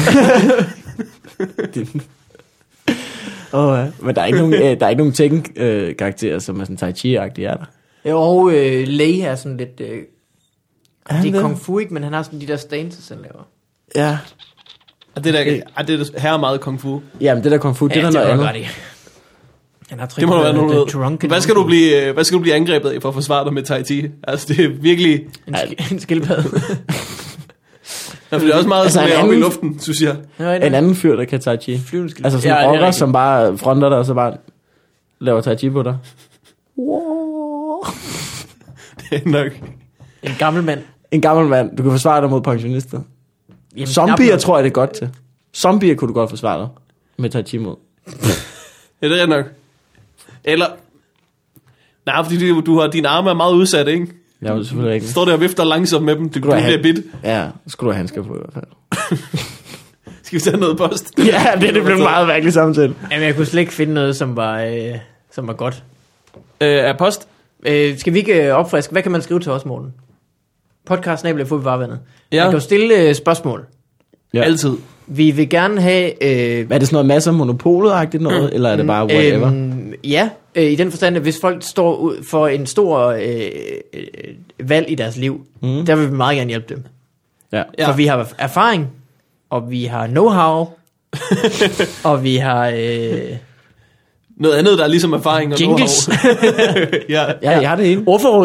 Oh, ja. Men der er ikke nogen, øh, der er ikke nogen Tekken-karakterer, som er sådan tai chi-agtige, er der? Jo, øh, Lei er sådan lidt... Øh, han det er det? kung fu, ikke? Men han har sådan de der stances, han laver. Ja. Og det der, ej, det er her meget kung fu. Jamen, det der kung fu, det er der noget andet. andet. Han har Det må der være nogen ved. drunken Hvad skal du blive, øh, hvad skal du blive angrebet af for at forsvare dig med tai chi? Altså, det er virkelig... En, sk- en skildpadde. Ja, for det er også meget Altså, sådan en mere op i anden- luften, synes jeg. En anden fyr, der kan tai chi. Flyvende skildpadde. Altså sådan Ja, en det er rocker, rigtigt. som bare fronter dig, og så bare laver tai chi på dig. Wow. Det er nok... En gammel mand. En gammel mand, du kan forsvare dig mod pensionister. Jamen, Zombier knap nok. tror jeg, det er godt til. Zombier kunne du godt forsvare dig med tai chi mod. Ja, det er nok. Eller... Nej, fordi du, du har, dine arme er meget udsat, ikke? Ja, det er selvfølgelig Du rigtigt. står der og vifter langsomt med dem. Du, du Skulle du have- bliver bit. Ja, så skulle du have handsker på i hvert fald. Skal vi tage noget post? Ja, det, det blev en meget mærkelig samtale. Jamen, jeg kunne slet ikke finde noget, som var, øh, som var godt. Øh, er post? Øh, skal vi ikke øh, opfriske? Hvad kan man skrive til os, Morten? Podcast snabel-a får vi varvandet. Ja. Man kan jo stille øh, spørgsmål. Ja. Altid. Vi vil gerne have... Øh, Er det sådan noget masser af monopolet-agtigt noget, eller er det bare whatever? Øhm, ja, øh, i den forstand, at hvis folk står ud for en stor øh, øh, valg i deres liv, mm. der vil vi meget gerne hjælpe dem. Ja. Ja. For vi har erfaring, og vi har know-how, og vi har øh, Noget andet, der er ligesom erfaring og jingles, know-how. Ja. Ja, jeg har det hele. ordforråd.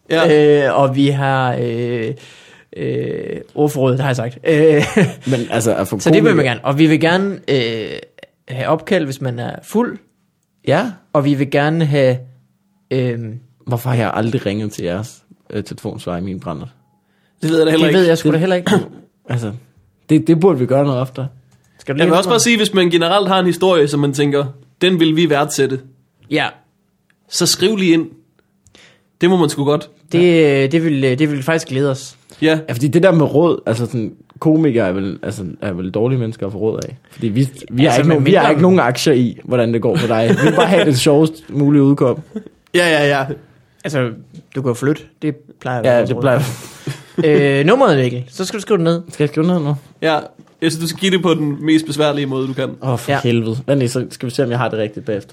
Ja. Øh, og vi har øh, øh, ordforrådet, har jeg sagt. Øh, Men altså, at få så det vil komiker- man gerne. Og vi vil gerne øh, have opkald, hvis man er fuld. Ja. Og vi vil gerne have... Øh, Hvorfor har jeg aldrig ringet til jeres øh, telefonsvar i min brænder? Det ved jeg da heller det ikke. ved jeg sgu da heller ikke. Altså, det, det burde vi gøre noget oftere. Skal du Jeg lige vil også bare sige, hvis man generelt har en historie, som man tænker, den vil vi værdsætte, Ja, så skriv lige ind. Det må man sgu godt. det, det, vil, det vil faktisk glæde os. Ja. Ja, fordi det der med råd, altså sådan, komikere er vel, altså, er vel dårlige mennesker at få råd af. Fordi vi, vi, Altså, har, ikke men nogen, vi har mindre- ikke nogen aktier i, hvordan det går for dig. Vi vil bare have det sjovest mulige udkom. Ja, ja, ja. Altså, du kan jo flytte. Det plejer Ja, jeg det plejer øh, Nummeret, Mikkel. Så skal du skrive det ned. Skal jeg skrive ned nu? Ja, jeg synes, du skal give det på den mest besværlige måde, du kan. Åh, oh, for Ja. ja. helvede. Vent lige, så skal vi se, om jeg har det rigtigt bagefter.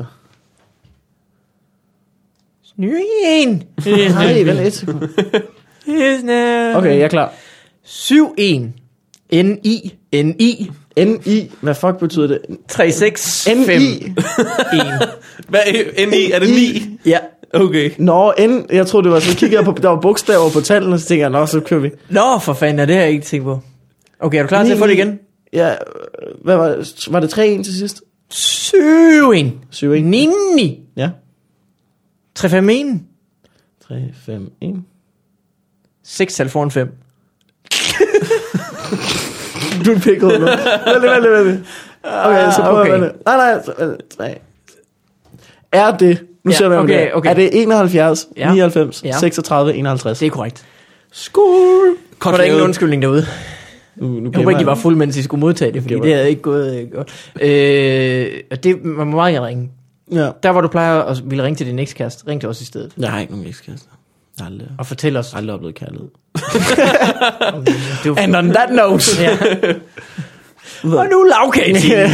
Ny en. Nej, vent et sekund. Okay, jeg er klar. syv en. N I N I N I, hvad fuck betyder det? tre seks N fem I. en. Hvad er N I? Er det ni? Ja. Okay. Nå, N, jeg troede det var, så kiggede jeg på, der var bogstaver på tallene, og så tænkte jeg, nå, så kører vi. Nå, for fanden, er det har jeg ikke tænkt på. Okay, er du klar til at få det igen? Ja, hvad var det? Var det tre en til sidst? syv en. syv en. ni ni. Ja. tre fem en. tre fem en. seks tal foran fem. Du er pikket nu. Vent lidt, vent lidt, vent lidt. Okay, så prøver okay. jeg. Nej, nej, så, vent, tre. Er det, nu Ja, ser vi, om okay, det er. okay. Er det enoghalvfjerds, Ja. nioghalvfems, Ja. seksogtredive, enoghalvtreds? Det er korrekt. Skål! Var der ingen undskyldning derude? Nu, nu Jeg håber ikke, de var fulde, mens de skulle modtage det, fordi Det det, var- havde ikke gået øh, godt. Øh, og det, man må meget gerne ringe. Ja. Der, hvor du plejer at ville ringe til din ekskæreste, ring til os i stedet. Jeg har ikke nogen ekskærester. Jeg har aldrig, Og fortæl os. aldrig oplevet kærlighed. Det var, And on that note. ja. Og nu lavkage.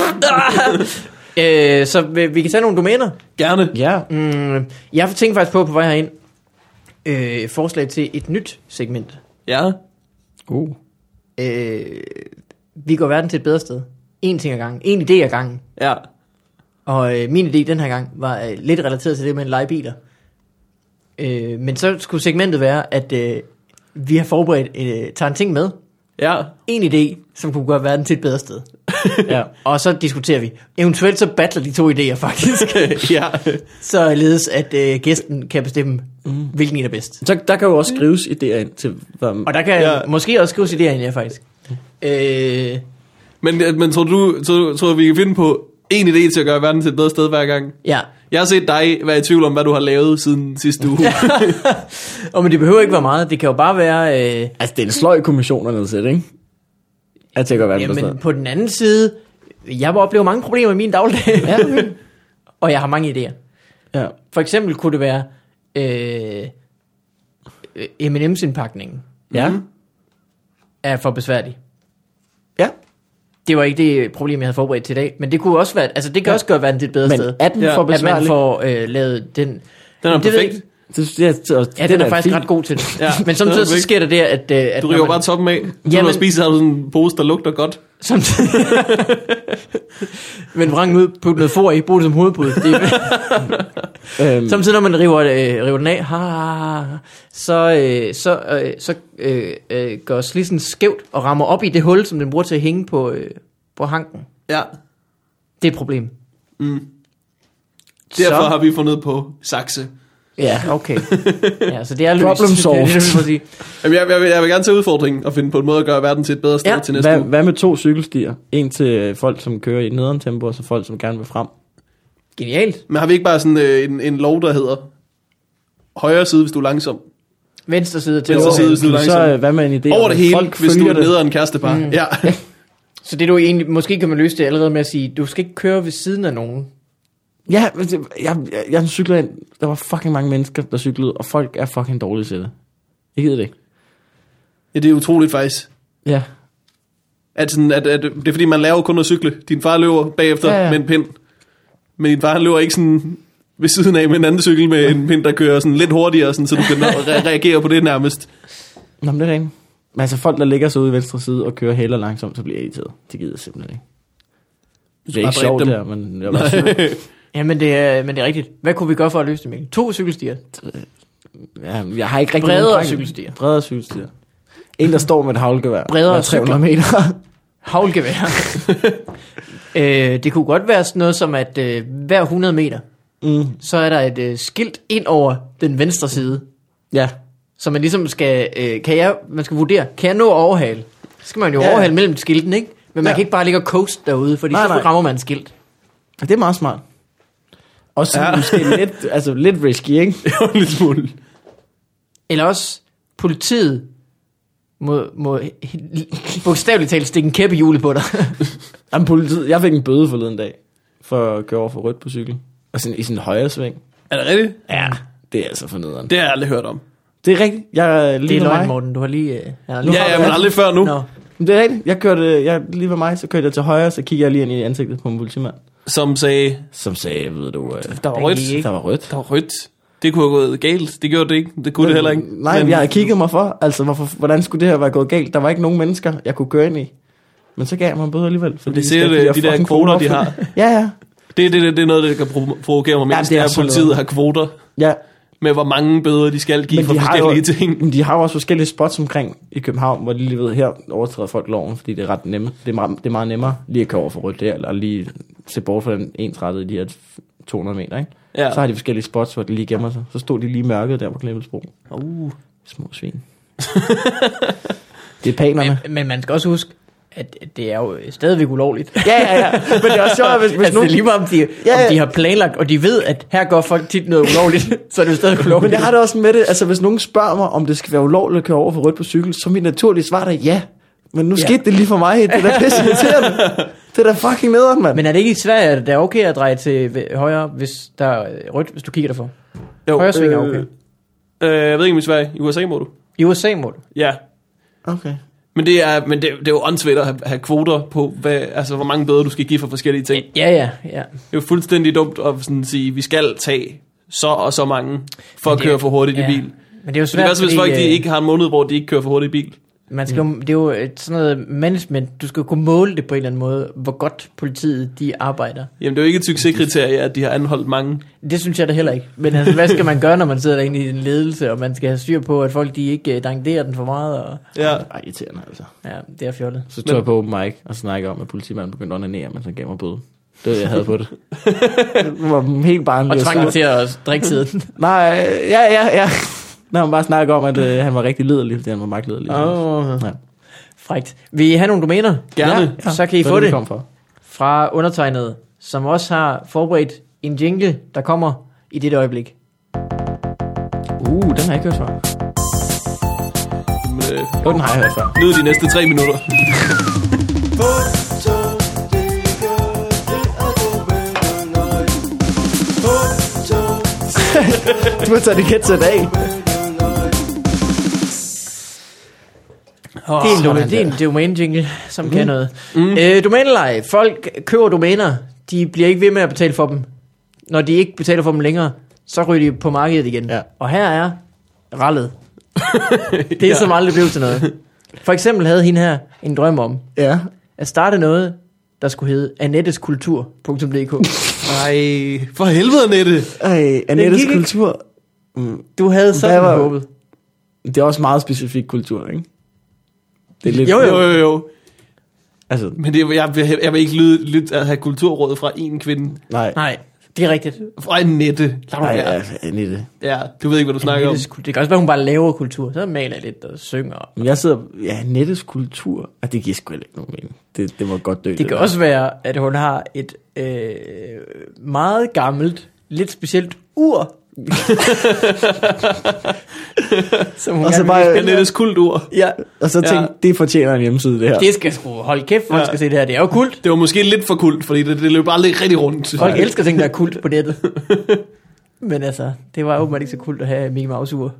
øh, så vi, vi kan tage nogle domæner. Gerne. Ja. Mm, jeg tænker faktisk på på vej herind. Øh, forslag til et nyt segment. Ja. Uh. Øh, vi går verden til et bedre sted. En ting ad gangen. En idé ad gangen. Ja. Og øh, min idé den her gang var øh, lidt relateret til det med en lejebiler. Øh, men så skulle segmentet være, at øh, vi har forberedt, øh, tager en ting med. Ja. En idé, som kunne gøre verden til et bedre sted. Ja. Og så diskuterer vi. Eventuelt så battler de to idéer faktisk. Ja. Således at øh, gæsten kan bestemme, mm. hvilken en er bedst. Så der kan jo også skrives idéer ind til, hvad, Og der kan Ja. ja. måske også skrives idéer ind, ja faktisk. Øh, Men, men tror du, tror, tror du, vi kan finde på en idé til at gøre verden til et bedre sted hver gang? ja. Jeg har set dig være i tvivl om, hvad du har lavet siden sidste uge. Og men det behøver ikke være meget. Det kan jo bare være... Øh, altså, det er en sløj kommission at nedsætte, ikke? Jeg tænker, hvad det jamen, er. på den anden side, jeg vil opleve mange problemer i min dagligdag. Ja, okay. Og jeg har mange idéer. Ja. For eksempel kunne det være øh, M and M's indpakningen Ja. er for besværlig. Ja. Det var ikke det problem, jeg havde forberedt til i dag. Men det kunne også være, altså det kan Ja. også gøre verden til et bedre Men sted. er den Ja. for At man besværlig? får øh, lavet den... Den er Det ved jeg perfekt. ikke. Det, det, det, det, Ja, den er faktisk fint. ret god til det. Ja, Men den er samtidig så perfekt. sker der det, at... øh, at Du når river man- bare toppen af. Du Jamen- Jamen, spiser, har du sådan en pose, der lugter godt. Samtidig... Men vrang ud, putte noget for i, brug det som hovedpude. Det er, Øhm, samtidig når man river, øh, river den af, ha, ha, ha, så, øh, så, øh, så øh, øh, gør slidsen skævt og rammer op i det hul, som den bruger til at hænge på, øh, på hanken. Ja. Det er et problem. Mm. Derfor Så- har vi fundet på sakse. Ja, okay. Ja, så det er løst. Problem Det er solved. det, jeg vil sige. Jamen, jeg, jeg, vil, jeg vil gerne tage udfordringen og finde på en måde at gøre verden til et bedre sted Ja. til næste hvad, uge. hvad med to cykelstier? En til folk, som kører i nederen tempo, og så folk, som gerne vil frem. Genialt. Men har vi ikke bare sådan øh, en, en lov, der hedder højre side, hvis du er langsom? Venstre side til Venstre over. side, hvis du er Så langsom. øh, hvad med en idé? Over om, det at hele, folk hvis du følger er det? nede af en kærestepar. Mm. Ja. Så det du egentlig, måske kan man løse det allerede med at sige, du skal ikke køre ved siden af nogen. Ja, men det- jeg, jeg, jeg cyklede ind. Der var fucking mange mennesker, der cyklede, og folk er fucking dårlige til det. Jeg gider det ikke. Ja, det er utroligt faktisk. Ja. At sådan, at, at, det er fordi, man laver kun at cykle. Din far løber bagefter Ja, ja. med en pind. Men din far han løber ikke sådan ved siden af med en anden cykel med en pind, der kører sådan lidt hurtigere, sådan, så du kan re- reagere på det nærmest. Nå, men det er rent. Men altså folk, der ligger sig ude i venstre side og kører heller langsomt, så bliver jeg irriteret. Det gider jeg simpelthen ikke. Det er bare ikke sjovt dræbe der, men jeg var Ja, men det, er, men det er rigtigt. Hvad kunne vi gøre for at løse det, Mikkel? To cykelstier. Ja, jeg har ikke rigtig Bredere nogen dreng. cykelstier. Bredere cykelstier. En, der står med et havlgevær. Bredere hver tre hundrede meter. Havlgevær. øh, det kunne godt være sådan noget som, at øh, hver hundrede meter, Mm. så er der et øh, skilt ind over den venstre side. Ja. Så man ligesom skal, øh, kan jeg, man skal vurdere, kan jeg nå at overhale? Så skal man jo Ja, ja. ja. overhale mellem skilten, ikke? Men man Ja. kan ikke bare ligge og coast derude, fordi Nej, så nej. rammer man en skilt. Det er meget smart. Også Ja. ja. måske lidt, altså lidt risky, ikke? Det var lidt smule. Eller også politiet må, må bogstaveligt talt stikke en kæppe i hjulet på dig. Jamen, politiet, jeg fik en bøde forleden dag, for at køre over for rødt på cykel. Og sådan, i sådan en højre sving. Er det rigtigt? Ja. Det er altså for nederen. Det har jeg aldrig hørt om. Det er rigtigt. Jeg er lige Det er ved løgn, mig. Morten. Du har lige... Øh, jeg har Nu lige har Ja, du ja, men ret. aldrig før nu. Nå. Men det er rigtigt. Jeg kørte, jeg, lige ved mig, så kørte jeg til højre, så kigger jeg lige ind i ansigtet på en politimand. Som sagde, Som sagde, ved du, øh, der var Der rødt. gik ikke. der var rødt. Der var rødt. Det kunne have gået galt. Det gjorde det ikke. Det kunne det heller ikke. Nej, Men- jeg havde kigget mig for. Altså, hvorfor, hvordan skulle det her være gået galt? Der var ikke nogen mennesker, jeg kunne køre ind i. Men så gav jeg mig en bøde alligevel. Fordi Det de ser skal det, have de der fucking kvoter, de op. har. Ja, ja. Det, det, det, det er noget, der kan provo- provokere mig Ja, mest. det Det er er, at sådan politiet noget. har kvoter Ja, med, hvor mange bøder de skal give men for de har, jo, forskellige ting. men de har jo også forskellige spots omkring i København, hvor de lige ved, her overtræder folk loven, fordi det er ret nemt. Det er meget, det er meget nemmere lige at køre over for rødt der, eller lige se bort fra den ensrettede i de her to hundrede meter, ikke? Ja. Så har de forskellige spots, hvor de lige gemmer sig. Så stod de lige mørket der på Klemensbro. Uh. Små svin. Det er panerne. Men, men man skal også huske, at det er jo stadigvæk ulovligt. Ja, ja, ja. Men det er også sjovt, hvis, hvis altså, nogen... det er lige meget, om de, Ja, ja, ja. om de har planlagt, og de ved, at her går folk tit noget ulovligt, så er det jo stadig ulovligt. Men jeg har det også med det, altså hvis nogen spørger mig, om det skal være ulovligt at køre over for rødt på cykel, så er mit naturlige svar da ja. Men nu Ja. skete det lige for mig, det er da pisse irriterende. Det er da fucking nederen, mand. Men er det ikke i Sverige, at det er okay at dreje til ve- højre, hvis der er rødt, hvis du kigger derfor? Jo, Højre sving er okay. Øh, jeg ved ikke, om i Sverige. I U S A må du. I U S A må du. Ja. Okay. Men det er, men det, det er jo åndssvært at have, have kvoter på, hvad, altså, hvor mange bøder du skal give for forskellige ting. Ja, ja, ja. Det er jo fuldstændig dumt at sådan sige, vi skal tage så og så mange for at det- køre for hurtigt ja. i bil. Men det er jo Så det er svært, også, hvis folk de øh, ikke har en måned, hvor de ikke kører for hurtigt i bil. man skal, jo- det er jo et, sådan noget management, du skal jo kunne måle det på en eller anden måde, hvor godt politiet de arbejder. Jamen, det er jo ikke et succeskriterie, at de har anholdt mange. Det synes jeg da heller ikke. Men altså, hvad skal man gøre, når man sidder derinde i en ledelse, og man skal have styr på, at folk de ikke uh, dangerer den for meget? Og, Ja. Ej, irriterende altså. ja, det er fjollet. Så tog jeg på open mic og snakkede om, at politimanden begyndte at onanere, mens han gav mig bøde. Det var det, jeg havde på det. Det var helt barnligt. Og at tvang dig sige. til at drikke siden. Nej, ja, ja, ja. Når man bare snakker om, at øh, han var rigtig liderlig, fordi han var magtliderlig. Åh, Ja. frækt. Vil I have nogle domæner? Gerne. Ja, så kan I Så få det, det vi kom for. fra undertegnede, som også har forberedt en jingle, der kommer i dette øjeblik. Uh, den har jeg ikke hørt før. Men, øh, Jo, den har jeg hørt før. nyd de næste tre minutter. Du har taget det headset af. Oh, det er en, sådan domæne, det er en der. domæne-jingle, som mm. kan noget. Mm. Øh, domæneleje. Folk køber domæner. De bliver ikke ved med at betale for dem. Når de ikke betaler for dem længere, så ryger de på markedet igen. Ja. Og her er rallet. Det er ja. som aldrig blev til noget. For eksempel havde hende her en drøm om Ja. at starte noget, der skulle hedde anetteskultur punktum d k. Nej, for helvede, Annette. Ej, Annettes gik ikke. kultur. Mm, Du havde sådan Hvad var- håbet. det er også meget specifik kultur, ikke? Det er lidt... Jo, Jo, jo, jo. Altså, Men det, er- jeg, jeg, jeg vil ikke lyde, lytte at have kulturrådet fra en kvinde. nej. Nej, det er rigtigt. Fra en nette. Lad Nej, mig være. altså, Annette. Ja, du ved ikke, hvad du snakker om. Annettes kultur. Det kan også være, hun bare laver kultur. Så maler jeg lidt og synger. Men jeg sidder... Ja, Annettes kultur. Ah, det giver sgu heller ikke nogen mening. Det, det må godt dø. Det kan der. også være, at hun har et øh, meget gammelt, lidt specielt ur. Som hun Og så gerne bare- vil spille. Annettes kultur. Ja, Og så tænk, Ja. ja. det fortjener en hjemmeside, det her. det skal sgu holde kæft, folk Ja. skal se det her. Det er jo kult. Det var måske lidt for kult, fordi det, det løb bare lidt rigtig rundt. Folk elsker ting, der er kult på nettet. Men altså, det var åbenbart ikke så kult at have Mickey Mouse ur.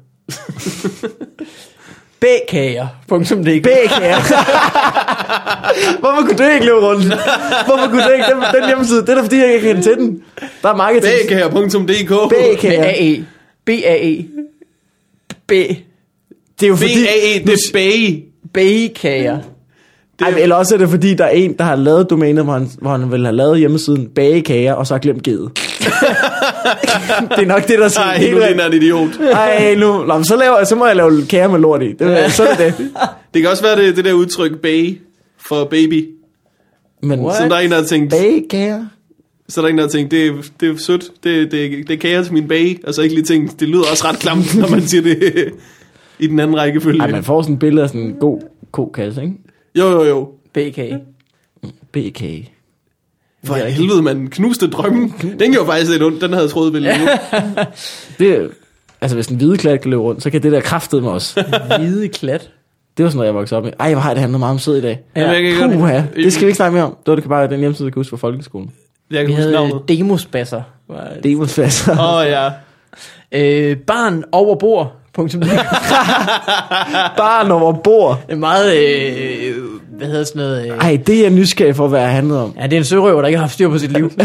Bækager punktum d k. Bækager. Hvorfor kunne det ikke løbe rundt? Hvorfor kunne det ikke? Den, den hjemmeside, det er da fordi, jeg ikke kan til den. Der er marketing. Bækager punktum d k. Med Bækager. A E. B A E. B. Det er jo B fordi... A E, det er bage. Bagekager. Ej, eller også er det fordi, der er en, der har lavet domænet, hvor han, hvor han vil have lavet hjemmesiden bagekager, og så har glemt givet. Det er nok det, der siger Nej, helt nu rigtigt. ligner en idiot. Ej, nu, nå, men så, laver, så må jeg lave kager med lort i. Det, så er det det. Det kan også være det, det der udtryk bay for baby. Men What? Så der er en, der har tænkt, bagekager? så er der en, der har tænkt, det er, det er sødt, det, det, det er kager til min baby. Og så ikke lige tænkt, det lyder også ret klamt, når man siger det i den anden rækkefølge. Ej, man får sådan et billede af sådan en god kokasse, ikke? Jo, jo, jo. B K. B-kage. For helvede, man knuste drømmen. Den gjorde faktisk lidt ondt, den havde jeg troet ville leve. Det er, altså hvis en hvide klat kan løbe rundt, så kan det der kraftede mig også. Hvide klat. Det var sådan noget, jeg voksede op med. Ej, hvor har det handlet meget om sød i dag. Ja, jeg kan godt- Puha, det skal vi ikke snakke mere om. Det var det bare den hjemmeside, jeg kan huske fra folkeskolen. Jeg Vi kan huske havde navnet. demospasser. var- Det var fast. Åh oh, ja. Øh, barn over bord. Punktum. Det Barn over bord. er meget, øh, hvad hedder sådan noget? Øh, Ej, det er jeg nysgerrig for, hvad jeg handlede om. ja, det er en sørøver, der ikke har haft styr på sit liv.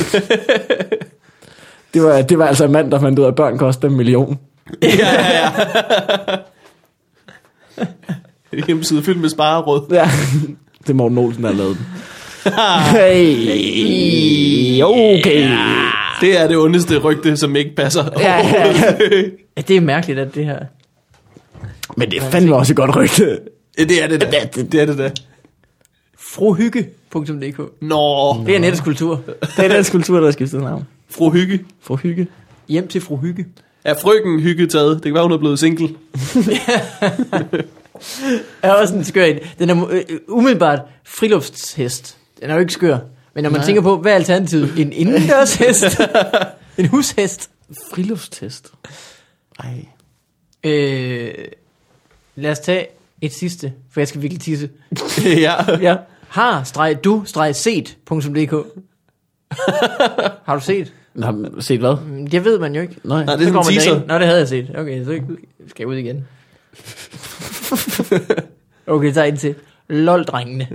Det var, det var altså en mand, der fandt ud af, at børn koster en million. Ja, ja, ja. En hjemmeside fyldt med spareråd. Ja, det er Morten Olsen, der har lavet den. Hey, okay. Det er det ondeste rygte, som ikke passer. Ja, ja, ja. Ja, det er mærkeligt, at det her... Men det er fandme også et godt rygte. Det er det da. Det er det da. Frohygge punktum d k. Nå. Det er nettets kultur. Det er den skulptur, der har skiftet navn. Fru Hygge. For hygge. Hjem til fru Hygge. Er frøken Hygge taget? Det kan være, hun er blevet single. Er også en skør en. Den er øh, umiddelbart friluftshest. Den er jo ikke skør. Men når man Nej. tænker på, hvad er alternativet? En indendørshest? En hushest? Friluftstest. Ej. Øh, lad os tage et sidste, for jeg skal virkelig tisse. Ja. Ja. Har streg du streg set punktum d k. Har du set? Har du set hvad? Mm, Det ved man jo ikke. Nej. Nej, det er Så går sådan en man teaser. derind. Nå, det havde jeg set. Okay, så skal jeg ud igen. Okay, så ind til LOL-drengene.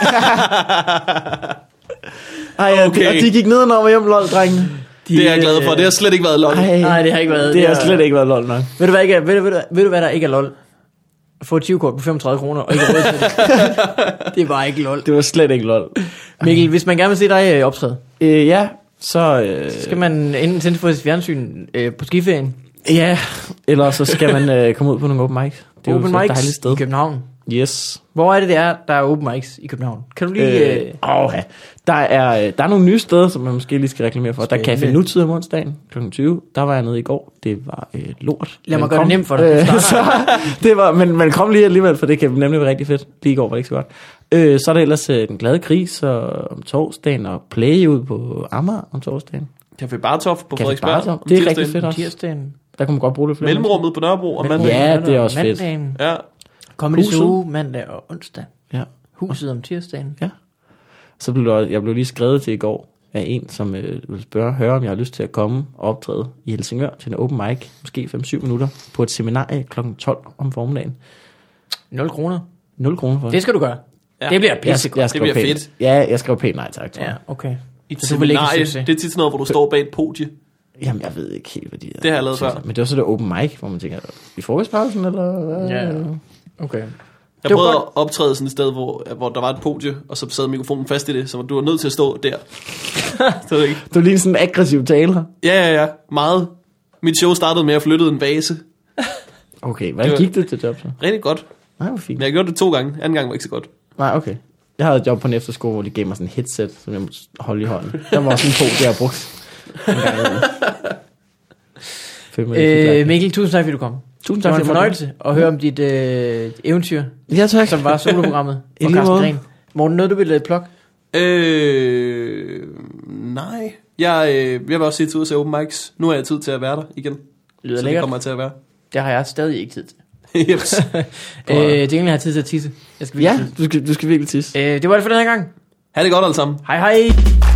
Ej, ja, Okay. okay. Og de gik ned og hjem, lol, drengene. De, Det er jeg glad for. Det har slet ikke været lol. Ej, Nej, det har ikke været. det har slet ikke været lol nok. Ved du hvad, ikke er, ved, du, ved, du, ved du hvad der ikke er LOL? At få et tyve-kort på femogtredive kroner og ikke råd til det. Det var ikke LOL. Det var slet ikke lol. Mikkel, hvis man gerne vil se dig øh, optræde, Øh, ja, så... Øh, skal man enten tænde for sit fjernsyn øh, på skiferien. Ja, eller så skal man øh, komme ud på nogle open mics. Det er Open jo så et mics dejligt sted. i København. Yes. Hvor er det, det er, der er open mics i København? Kan du lige... Øh, Øh, åh, ja. Der er, øh, der er nogle nye steder, som man måske lige skal reklamere for. Der er Spændende. Café Nutid om onsdagen klokken tyve. Der var jeg nede i går. Det var øh, lort. Lad mig Men gøre kom, det nemt for dig. Du Øh, starter. så, det var, men, men kom lige alligevel, for det kan nemlig være rigtig fedt. Lige i går var det ikke så godt. Øh, så er der ellers øh, Den Glade Gris og, om torsdagen, og Play ud på Amager om torsdagen. Café Bartof på Café Frederiksberg. Bartof. om Det er tirsdagen. rigtig fedt også. tirsdagen. Der kunne man godt bruge det flere. Mellemrummet på Nørrebro og mandag. Ja, det er også fedt. Mandagen. Ja. Comedy Huset. Zoo mandag og onsdag. Ja. Huset om tirsdagen. Ja. Så blev der, jeg blev lige skrevet til i går af en, som øh, ville spørge, høre, om jeg har lyst til at komme og optræde i Helsingør til en open mic, måske fem syv minutter, på et seminarie klokken tolv om formiddagen. nul kroner. nul kroner for Det skal du gøre. Ja. Det bliver jeg, pissegodt. jeg skrev Det bliver pænt. fedt. Ja, jeg skrev pænt nej tak, tror jeg. Ja, okay. I et Så du vil ikke seminarie. succes. Det er tit sådan noget, hvor du står bag et podie. Jamen, jeg ved ikke helt, hvad de er. Det har jeg lavet før. Men det var så der open mic, hvor man tænker, i frokostpausen, eller hvad? Ja. Okay. Jeg Det var prøvede godt. at optræde sådan et sted, hvor, hvor der var et podie, og så sad mikrofonen fast i det, så du var nødt til at stå der. Så det ikke. Du er lige sådan en aggressiv taler. Ja, ja, ja. Meget. Mit show startede med at flytte en vase. Okay, hvordan Det var- gik det til job så? Rigtig godt. Nej, hvor fint. Men jeg gjorde det to gange. Anden gang var ikke så godt. Nej, okay. Jeg havde et job på en efterskole, hvor de gav mig sådan en headset, som jeg måtte holde i hånden. Der var også en på, det jeg har brugt. En gang imellem. Fem minutter. Øh, Mikkel, tusind tak, fordi du kom. Tusind Det var tak, en fordi jeg måtte fornøjelse at høre om dit øh, eventyr, Ja, tak. som var soloprogrammet I for lige Carsten måde. Gren. Morten, noget du ville plukke? Øh, nej. Jeg, øh, jeg vil også sige tid at se open mics. Nu har jeg tid til at være der igen. Lyder så det lækkert. kommer jeg til at være. Det har jeg stadig ikke tid til. Jeps. Øh, det er har jeg tid til at tisse. Jeg skal Ja, virkelig du skal, du skal virkelig tisse. tisse. Øh, det var det for den her gang. Ha' det godt alle sammen. Hej hej.